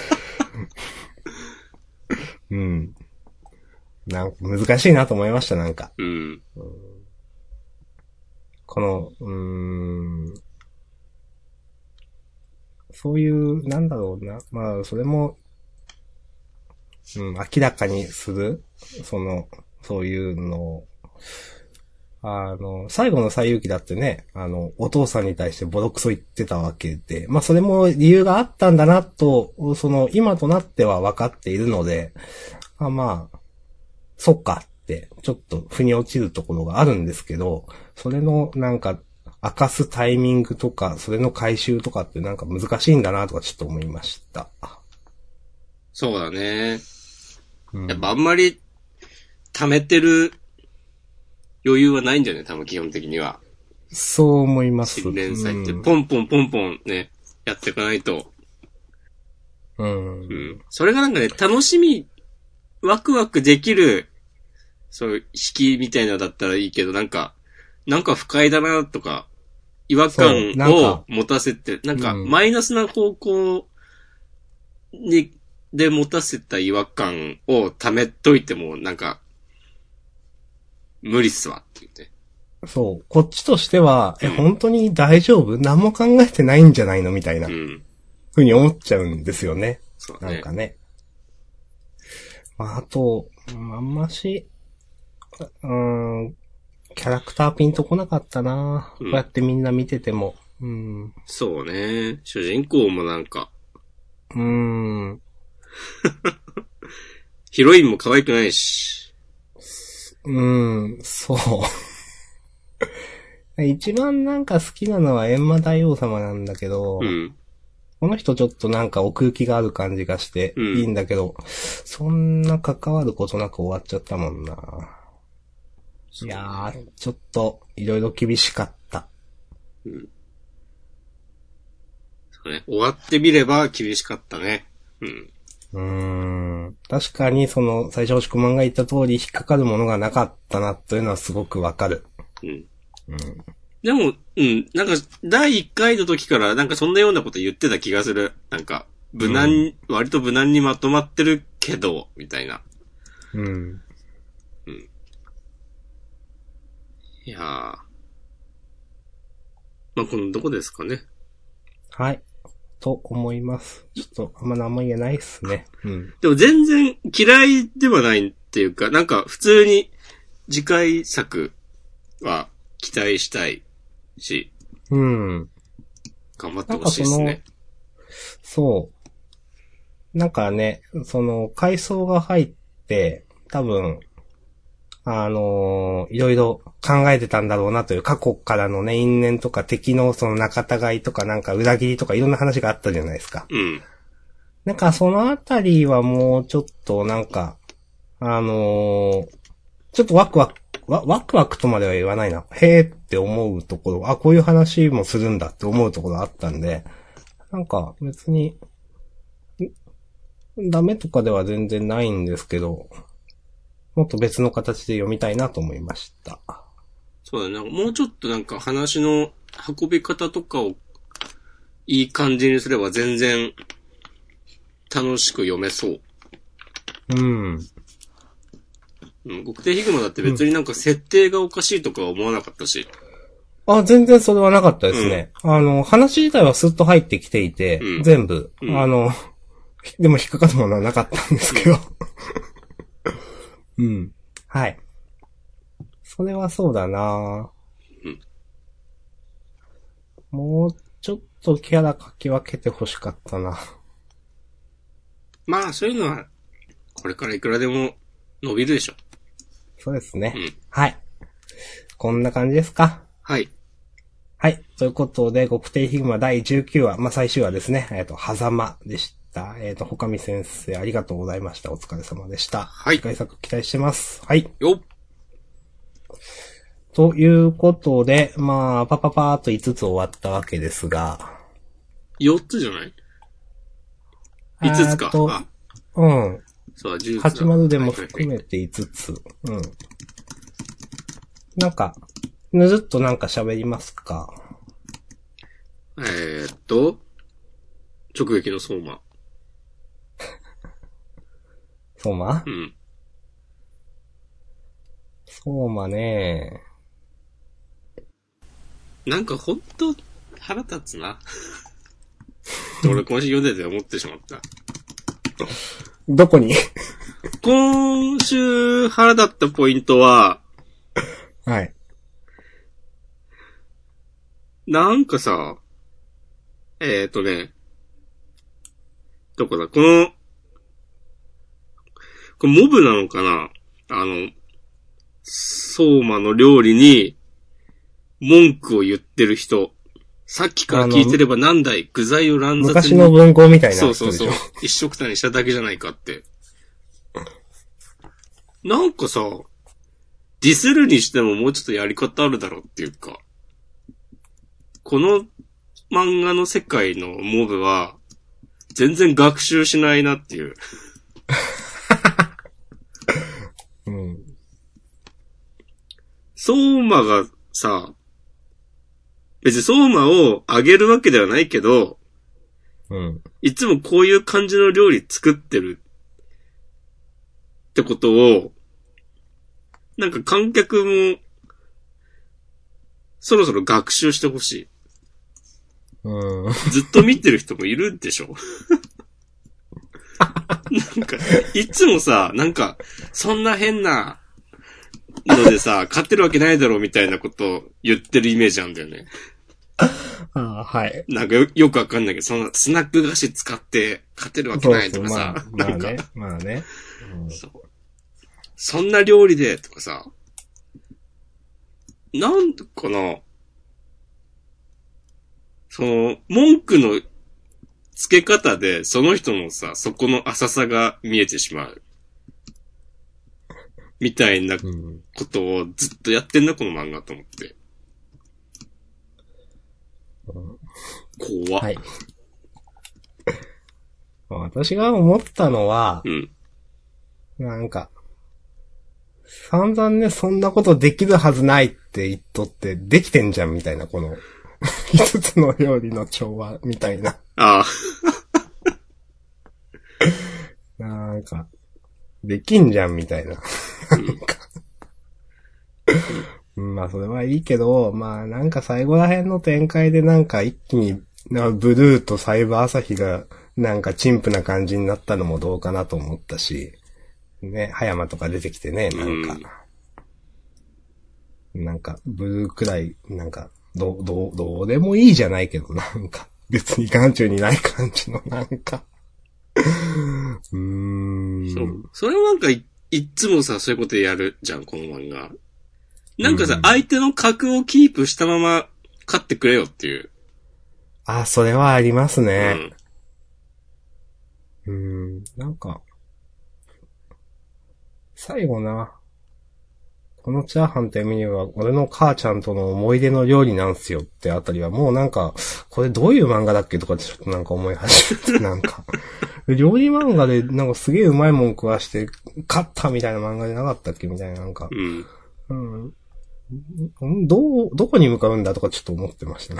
なんか難しいなと思いました、なんか。この、そういう、なんだろうな。まあ、それも、明らかにする、そういうのを、最後の最遊記だってね、お父さんに対してボロクソ言ってたわけで、まあそれも理由があったんだなと、今となっては分かっているので、まあ、そっかって、ちょっと腑に落ちるところがあるんですけど、それのなんか、明かすタイミングとか、それの回収とかってなんか難しいんだなとかちょっと思いました。 そうだね。やっぱあんまり、溜めてる余裕はないんじゃね多分基本的には。 そう思います。 新連載ってポンポンポンポンね、やっていかないと。それがなんかね、楽しみ、ワクワクできる、そういう引きみたいなのだったらいいけど、なんか不快だなとか、違和感を持たせて、なんかマイナスな方向で持たせた違和感を溜めといても、なんか、無理っすわって言って。 そう。こっちとしては、本当に大丈夫？何も考えてないんじゃないのみたいな。ふうに思っちゃうんですよね。 そうね。 なんかね。まあ、あと、あんまし、キャラクターピンとこなかったな、こうやってみんな見てても。 そうね。主人公もなんか。ヒロインも可愛くないし。 そう。一番なんか好きなのは閻魔大王様なんだけど、この人ちょっとなんか奥行きがある感じがしていいんだけど、そんな関わることなく終わっちゃったもんな。いやー、ちょっといろいろ厳しかった。 そうね。終わってみれば厳しかったね。 確かに最初押し込まんが言った通り引っかかるものがなかったなというのはすごくわかる。 でも、なんか、第1回の時から、なんかそんなようなこと言ってた気がする。なんか、割と無難にまとまってるけど、みたいな。いやー。まあ、このどこですかね。 はい。と思います。ちょっと、あんま何も言えないっすね。 でも全然嫌いではないっていうか、なんか普通に次回作は期待したいし。頑張ってほしいですね。 そう。なんかね、階層が入って、多分、いろいろ考えてたんだろうなという過去からのね、因縁とか敵の仲違いとかなんか裏切りとかいろんな話があったじゃないですか。なんかそのあたりはもうちょっとなんか、ちょっとワクワワクワクとまでは言わないな。へーって思うところ、こういう話もするんだって思うところあったんで、なんか別に、ダメとかでは全然ないんですけど、もっと別の形で読みたいなと思いました。 そうだね。もうちょっとなんか話の運び方とかをいい感じにすれば全然楽しく読めそう。 うん。 極低ヒグマだって別になんか設定がおかしいとかは思わなかったし。 全然それはなかったですね。話自体はスッと入ってきていて、全部。でも引っかかるものはなかったんですけど。うん。はい。それはそうだな、もうちょっとキャラ書き分けて欲しかったな。 まあそういうのは、これからいくらでも伸びるでしょ。 そうですね。はい。こんな感じですか。 はい。 はい。ということで、極低ヒグマ第19話、最終話ですね。狭間でした。ほかみ先生ありがとうございました。お疲れ様でした。 はい。 次回作期待してます。はい。 よっ。 ということで、パーっと5つ終わったわけですが。 4つじゃない ?5 つか。 うん。 そう、10つ。 80でも含めて5つ。うん。なんか、ぬるっとなんか喋りますか。 直撃の相馬。 相馬？ うん。 相馬ね。 なんかほんと腹立つな。俺今週読んでて思ってしまった。 どこに今週腹立ったポイントは、 はい。 なんかさ、どこだ、これモブなのかな、相馬の料理に文句を言ってる人。さっきから聞いてれば何台具材を乱雑に。 昔の文庫みたいな人でしょ。 そう。一緒くたにしただけじゃないかって。なんかさ、ディスるにしてももうちょっとやり方あるだろうっていうか。この漫画の世界のモブは、全然学習しないなっていう。 うん。 相馬がさ、別に相馬をあげるわけではないけど、 うん。 いつもこういう感じの料理作ってるってことを、なんか観客も、そろそろ学習してほしい。 うん。 ずっと見てる人もいるでしょ。なんか、いつもさ、なんか、そんな変なのでさ、勝てるわけないだろうみたいなことを言ってるイメージあるんだよね。 はい。 なんかよくわかんないけど、そんなスナック菓子使って勝てるわけないとかさ。なんかまあね。 そう。そんな料理で、とかさ。なんかな、文句の付け方で、その人のさ、そこの浅さが見えてしまう。みたいなことをずっとやってんな、この漫画と思って。怖っ。 はい。私が思ったのは、なんか、散々ね、そんなことできるはずないって言っとって、できてんじゃんみたいな、この、一つの料理の調和みたいな。 ああ。 なんか、できんじゃんみたいな。それはいいけど、なんか最後ら辺の展開でなんか一気に、ブルーとサイバー朝日がなんか陳腐な感じになったのもどうかなと思ったし、ね、葉山とか出てきてね、なんか、ブルーくらい、なんか、どうでもいいじゃないけど、なんか、別に眼中にない感じの、なんか。 そう。それはなんかいっつもさ、そういうことやるじゃん、この漫画。なんかさ、相手の角をキープしたまま勝ってくれよっていう。 それはありますね。なんか、最後な、 このチャーハンってメニューは俺の母ちゃんとの思い出の料理なんすよってあたりはもうなんか、これどういう漫画だっけとかちょっとなんか思い始めて、なんか。料理漫画でなんかすげえうまいもん食わして勝ったみたいな漫画でなかったっけみたいななんか。うん。どこに向かうんだとかちょっと思ってましたね。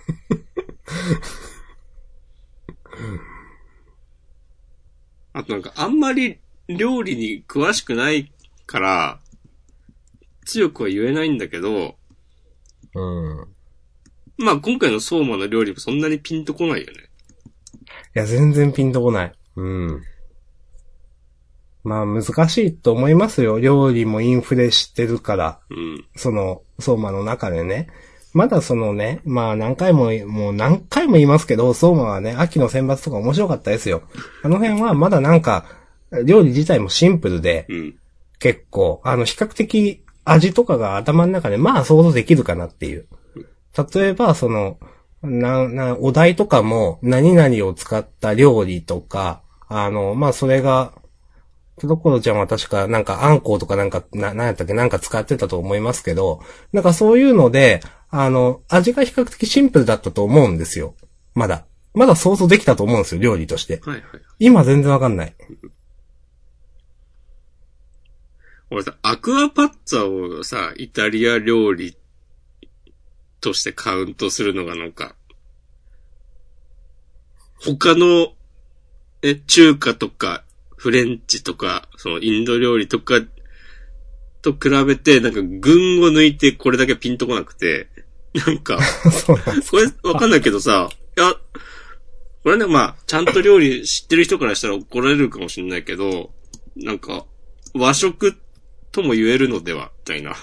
あとなんかあんまり料理に詳しくないから、強くは言えないんだけど、まあ今回の相馬の料理もそんなにピンとこないよね。 いや、全然ピンとこない。まあ難しいと思いますよ。料理もインフレしてるから。その、相馬の中でね。まだそのね、まあもう何回も言いますけど、相馬はね、秋の選抜とか面白かったですよ。あの辺はまだなんか、料理自体もシンプルで、結構、比較的味とかが頭の中でまあ想像できるかなっていう。例えば、その、お題とかも何々を使った料理とか、まあそれが、ところちゃんは確かなんかあんこうとかなんか、なんやったっけなんか使ってたと思いますけど、なんかそういうので、味が比較的シンプルだったと思うんですよ。まだ想像できたと思うんですよ、料理として。 はいはい。 今全然わかんない。 俺さ、アクアパッツァをさ、イタリア料理としてカウントするのがなんか、他の、中華とか、フレンチとか、そのインド料理とか、と比べて、なんか群を抜いてこれだけピンとこなくて、なんか、これわかんないけどさ、いや、これね、まあ、ちゃんと料理知ってる人からしたら怒られるかもしれないけど、なんか、和食とも言えるのでは、みたいな。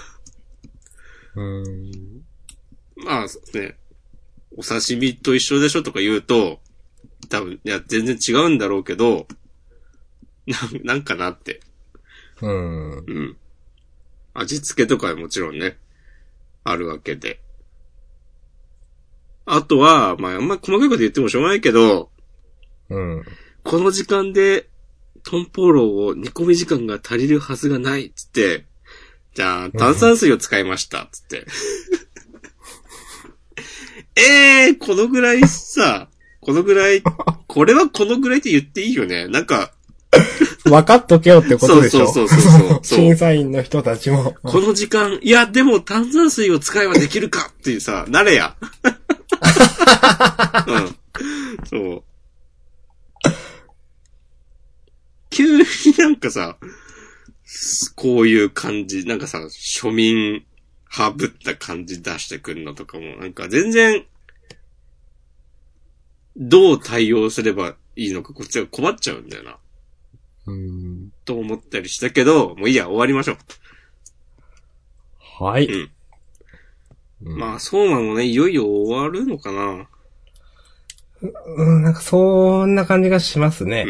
まあ、ね、お刺身と一緒でしょとか言うと、多分、いや、全然違うんだろうけど、なんかなって。味付けとかはもちろんね、あるわけで。あとは、まあ、あんま細かいこと言ってもしょうがないけど、この時間で、トンポーローを煮込み時間が足りるはずがない、つって、じゃあ、炭酸水を使いました、つって。このぐらいさ、このぐらい、これはこのぐらいって言っていいよね。なんか、 分かっとけよってことでしょ。 そう。 審査員の人たちも。 この時間、いや、でも炭酸水を使えばできるかっていうさ、なれや。そう。急になんかさ、こういう感じ、なんかさ、庶民はぶった感じ出してくるのとかも、なんか全然、どう対応すればいいのかこっちは困っちゃうんだよな。と思ったりしたけど、もういいや、終わりましょう。はい。 まあ、そうなのね、いよいよ終わるのかな。 なんかそんな感じがしますね。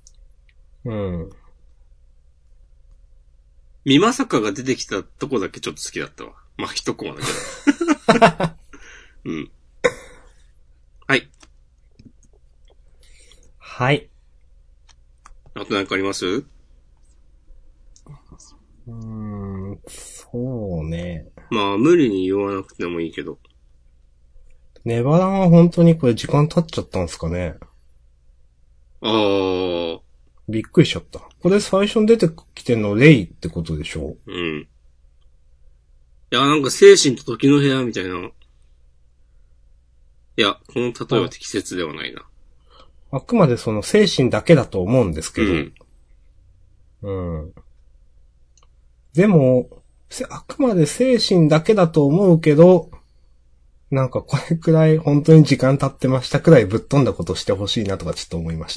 美まさかが出てきたとこだけちょっと好きだったわ。まあ、一コマだけど。はい。 はい。 あと何かあります？ そうね。 まあ、無理に言わなくてもいいけど。 ネバランは本当にこれ時間経っちゃったんですかね。びっくりしちゃった。これ最初に出てきてんのレイってことでしょ？ いや、なんか精神と時の部屋みたいな。いや、この例えは適切ではないな。 あくまでその精神だけだと思うんですけど。でも、あくまで精神だけだと思うけど、なんかこれくらい本当に時間経ってましたくらいぶっ飛んだことしてほしいなとかちょっと思いました。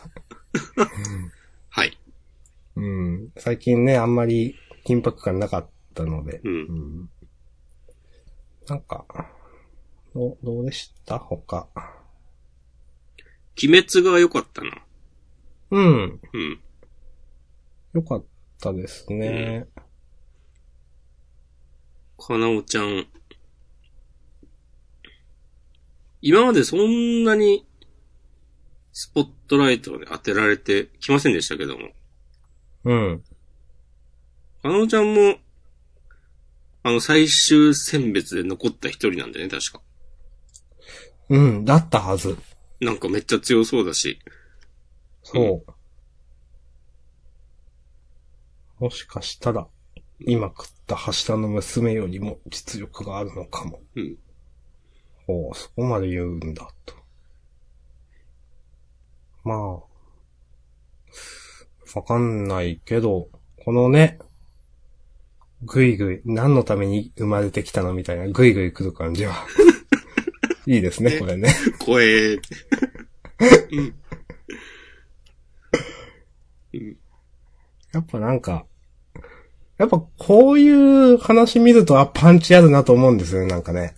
はい。 最近ね、あんまり緊迫感なかったので。なんか、どうでした他。 鬼滅が良かったな。 良かったですね。 かなおちゃん。今までそんなにスポットライトで当てられてきませんでしたけども。 かなおちゃんも最終選別で残った一人なんだよね、確か。 うん、だったはず。 なんかめっちゃ強そうだし。 そう。もしかしたら、今食った橋田の娘よりも実力があるのかも。 うん。 おう、そこまで言うんだ、と。まあ、わかんないけど、このね、ぐいぐい、何のために生まれてきたのみたいな、ぐいぐい来る感じは。いいですね、これね。 怖えーって。うん。うん。 やっぱなんか、やっぱこういう話見ると、パンチあるなと思うんですよね、なんかね。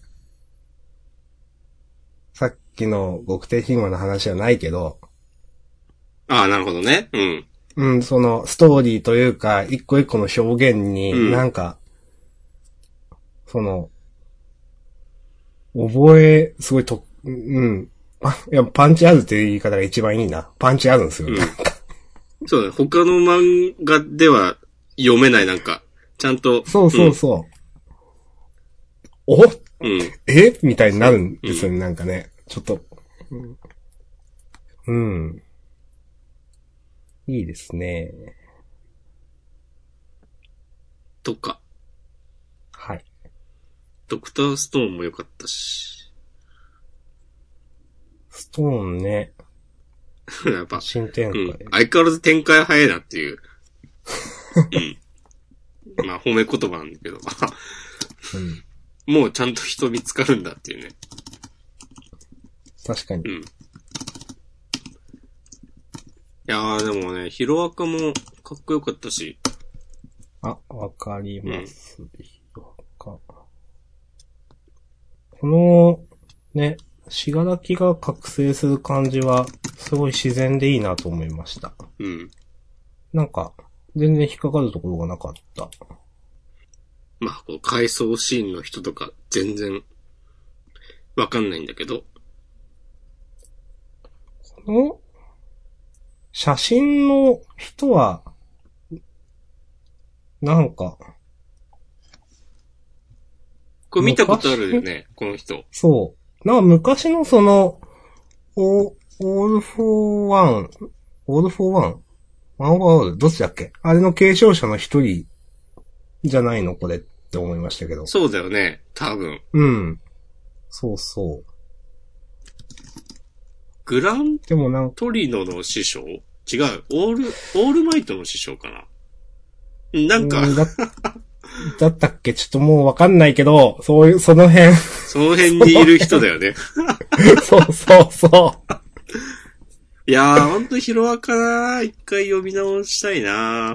さっきの極低神話の話はないけど。 ああ、なるほどね。うん。 うん、その、ストーリーというか、一個一個の表現に、なんか、その、すごいうん。いや、パンチあるっていう言い方が一番いいな。パンチあるんですよ、ね。 そうだね。他の漫画では読めないなんか、ちゃんと。 そうそうそう。うん、みたいになるんですよね、なんかね。ちょっと。うん。いいですね。 とか。 はい。 ドクターストーンも良かったし。 ストーンね。 やっぱ。 新展開、 相変わらず展開早いなっていう。まあ、褒め言葉なんだけど。もうちゃんと人見つかるんだっていうね。 確かに。 いやーでもね、ヒロアカもかっこよかったし。 わかります。ヒロアカ。この、ね、しがらきが覚醒する感じは、すごい自然でいいなと思いました。なんか、全然引っかかるところがなかった。 まあ、この回想シーンの人とか全然わかんないんだけど。 この写真の人は、なんか、 これ見たことあるよね、この人。 そう。なんか昔のその、オールフォーワン、オールフォーワンワンフォーオールどっちだっけあれの継承者の一人じゃないのこれって思いましたけど。 そうだよね、多分。 うん。そうそう。 グラントリノの師匠違う。オールマイトの師匠かななんかだったっけちょっともうわかんないけど、その辺。 その辺にいる人だよね。 そうそうそう。 いやー、ほんとヒロアカなー。一回読み直したいなー。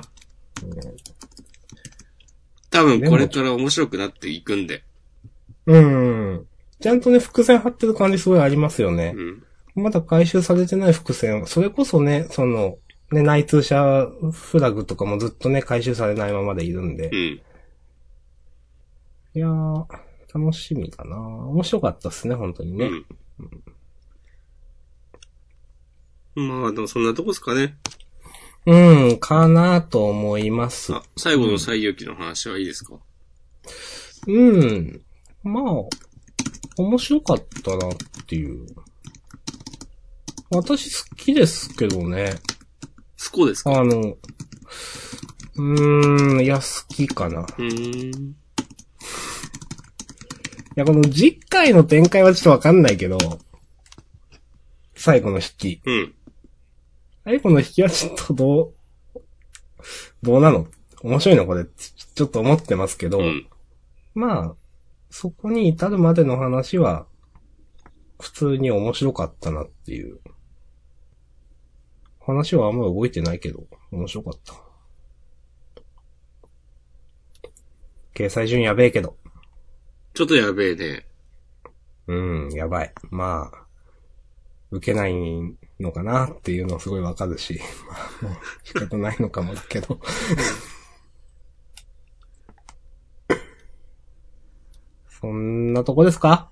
多分これから面白くなっていくんで。 ちゃんとね、伏線張ってる感じすごいありますよね。まだ回収されてない伏線。それこそね、その、ね、内通者フラグとかもずっとね、回収されないままでいるんで。いやー、楽しみだな面白かったっすね、本当にね。 まあ、でもそんなとこですかね。 かなと思います。 最後の最遊記の話はいいですか？ まあ、面白かったなっていう。私好きですけどね。 好きですか？ いや、好きかな。いや、この次回の展開はちょっとわかんないけど、最後の引き。最後の引きはちょっとどうなの？面白いのこれ、ちょっと思ってますけど、まあ、そこに至るまでの話は、普通に面白かったなっていう。話はあんま動いてないけど、面白かった。掲載順やべえけど。 ちょっとやべえね。 やばい。まあ、受けないのかなっていうのはすごいわかるし、まあ、もう仕方ないのかもだけど。そんなとこですか？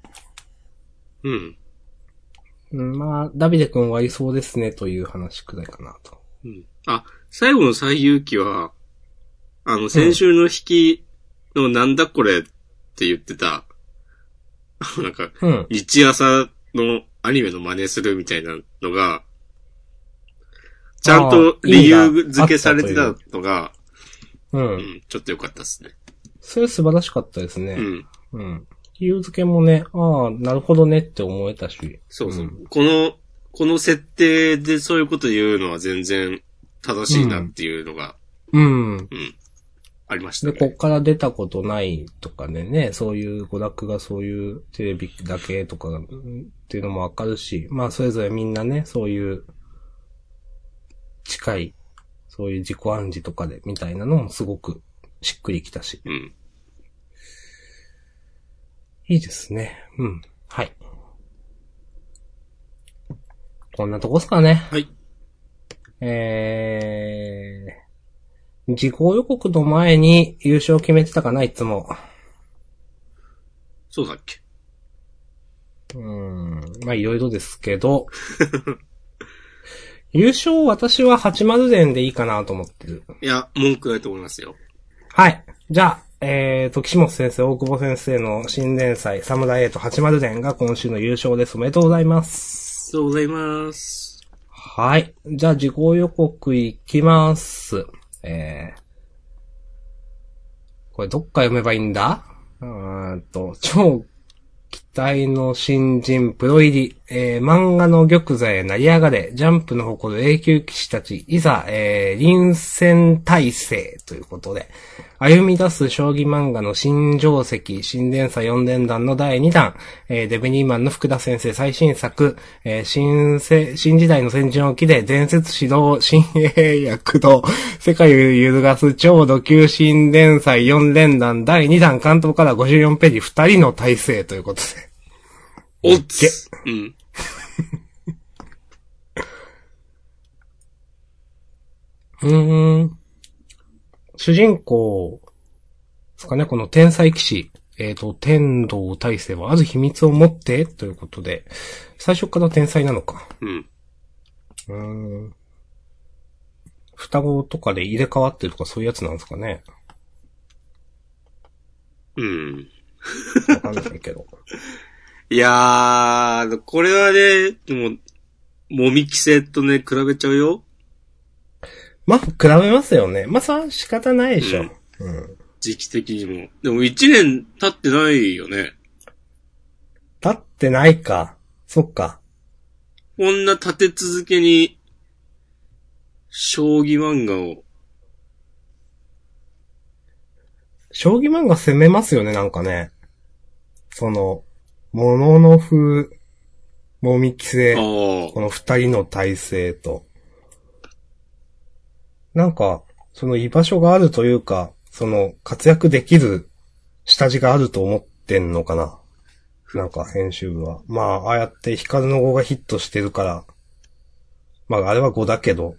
まあ、ダビデ君はいそうですねという話くらいかなと。 最後の最遊記は、先週の引きのなんだこれって言ってた、なんか、 うん。 日朝のアニメの真似するみたいなのが、ちゃんと理由付けされてたのが、 うん。 うん、ちょっと良かったですね。 それ素晴らしかったですね。 うん。 うん。理由付けもね、ああ、なるほどねって思えたし。 そうそう。 うん、 この設定でそういうこと言うのは全然正しいなっていうのが、 うん。 うん。ありましたね。 で、こっから出たことないとかでね、そういう娯楽がそういうテレビだけとかっていうのもわかるし、まあそれぞれみんなね、そういう近い、そういう自己暗示とかでみたいなのもすごくしっくりきたし。 うん。 いいですね。うん。はい。こんなとこっすかね。 はい。 事項予告の前に優勝決めてたかな、いつも。 そうだっけ。 まあいろいろですけど、優勝私は80連でいいかなと思ってる。 いや、文句ないと思いますよ。 はい。じゃあ、岸本先生、大久保先生の新連載、サムライ8 80連が今週の優勝です。おめでとうございます。 ありがとうございます。 はい。じゃあ、事項予告いきます。これどっか読めばいいんだ？超期待の新人プロ入り、漫画の玉座へ成り上がれ、ジャンプの誇る永久騎士たち、いざ、臨戦態勢ということで、歩み出す将棋漫画の新定石、新連載4連弾の第2弾、デベニーマンの福田先生最新作、新時代の先陣を機で伝説指導、新鋭躍動、世界を揺るがす超ド級新連載4連弾第2弾関東から54ページ2人の体制ということで。 おっつうん。 主人公ですかね、この天才騎士、天道大勢はある秘密を持ってということで、最初から天才なのか。 うん。 双子とかで入れ替わってるとかそういうやつなんですかね。 うん。 わかんないけど。 いやー、これはね、でも、もみきせとね、比べちゃうよ。 まあ、比べますよね。まあ、それは仕方ないでしょ。 時期的にも。でも1年経ってないよね。 経ってないか。そっか。 こんな立て続けに、将棋漫画を。 将棋漫画攻めますよね、なんかね。もののふ、もみきせ、この二人の体制と。なんか、居場所があるというか、活躍できる下地があると思ってんのかな。なんか、編集部は。まあ、ああやって光の碁がヒットしてるから、まあ、あれは碁だけど。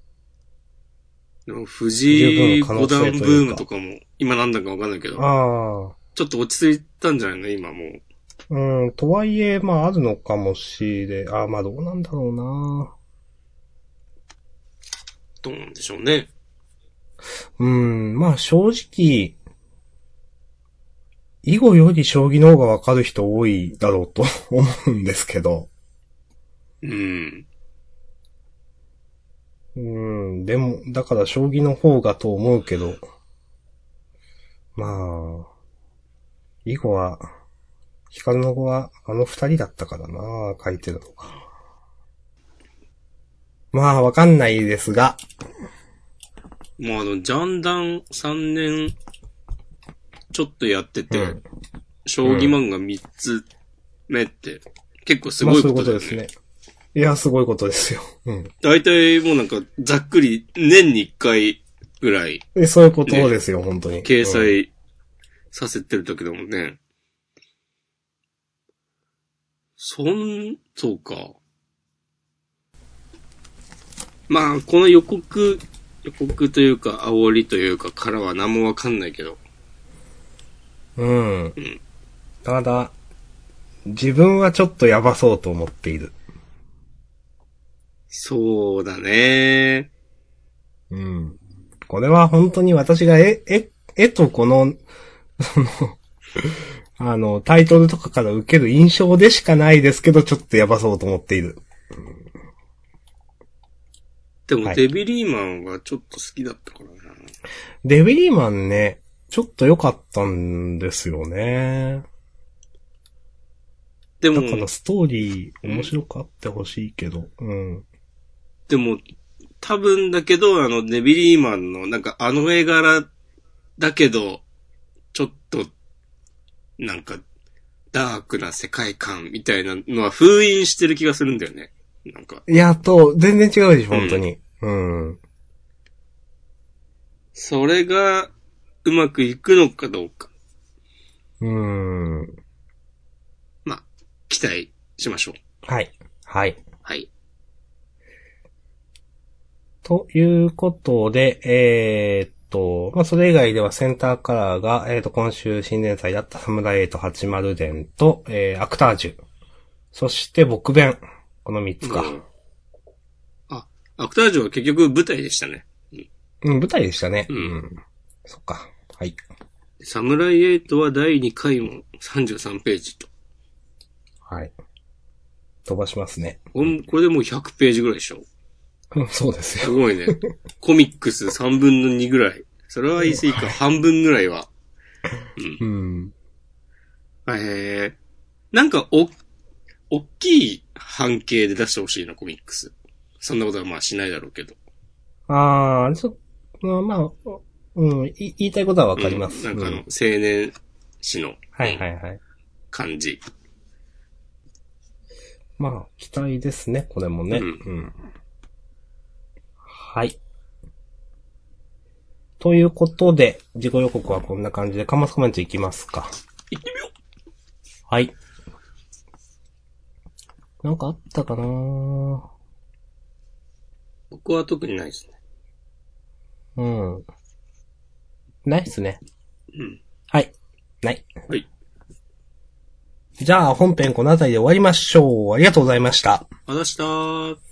藤井五段ブームとかも、今なんだかわかんないけど。ああ。ちょっと落ち着いたんじゃないの今もう。とはいえ、まあ、あるのかもしれ、まあ、どうなんだろうな。 どうなんでしょうね。 まあ、正直、囲碁より将棋の方がわかる人多いだろうと思うんですけど。でも、だから将棋の方がと思うけど、まあ、囲碁は、光の碁はあの二人だったからな、書いてるのが。まあ、わかんないですが。 もうジャンダン3年ちょっとやってて、将棋漫画3つ目って、結構すごいことだよね。まあ、そういうことですね。 いや、すごいことですよ。 大体もうなんか、ざっくり、年に1回ぐらい、 そういうことですよ、本当に。 掲載させてる時だもんね。そうか。まあ、この予告というか、煽りというかからは何もわかんないけど。 ただ、自分はちょっとやばそうと思っている。 そうだね。 これは本当に私が絵とこのタイトルとかから受ける印象でしかないですけど、ちょっとやばそうと思っている。 でも、デビリーマンはちょっと好きだったからな。 デビリーマンね、ちょっと良かったんですよね。 でも、 だからストーリー面白かってほしいけど、うん。 でも、多分だけど、デビリーマンの、なんか絵柄だけど、ちょっと、なんか、ダークな世界観みたいなのは封印してる気がするんだよね。なんか。 いや、全然違うでしょ、本当に。うん。 それが、うまくいくのかどうか。まあ、期待しましょう。 はい。はい。 はい。 ということで、まあ、それ以外ではセンターカラーが、今週新連載だったサムライ880伝と、アクタージュ。そして僕弁。この3つか。 あ、アクタージュは結局舞台でしたね。 舞台でしたね。そっか。はい。 サムライ8は第2回も33ページと。 はい。飛ばしますね。 これでもう100ページぐらいでしょ。 そうですよ。 すごいね。コミックス3分の2ぐらい。それは言い過ぎか、半分ぐらいは。なんかおっきい半径で出してほしいな、コミックス。そんなことはまあしないだろうけど。 まあ、言いたいことはわかります。 なんか青年誌の。 はいはいはい。 感じ。 まあ、期待ですね、これもね。はい。ということで、自己予告はこんな感じで、カマスコメントいきますか。 いってみよう。 はい。なんかあったかな。 僕は特にないですね。ないっすね。はい。ない。 はい。 じゃあ本編この辺りで終わりましょう。ありがとうございました。 ありがとうございました。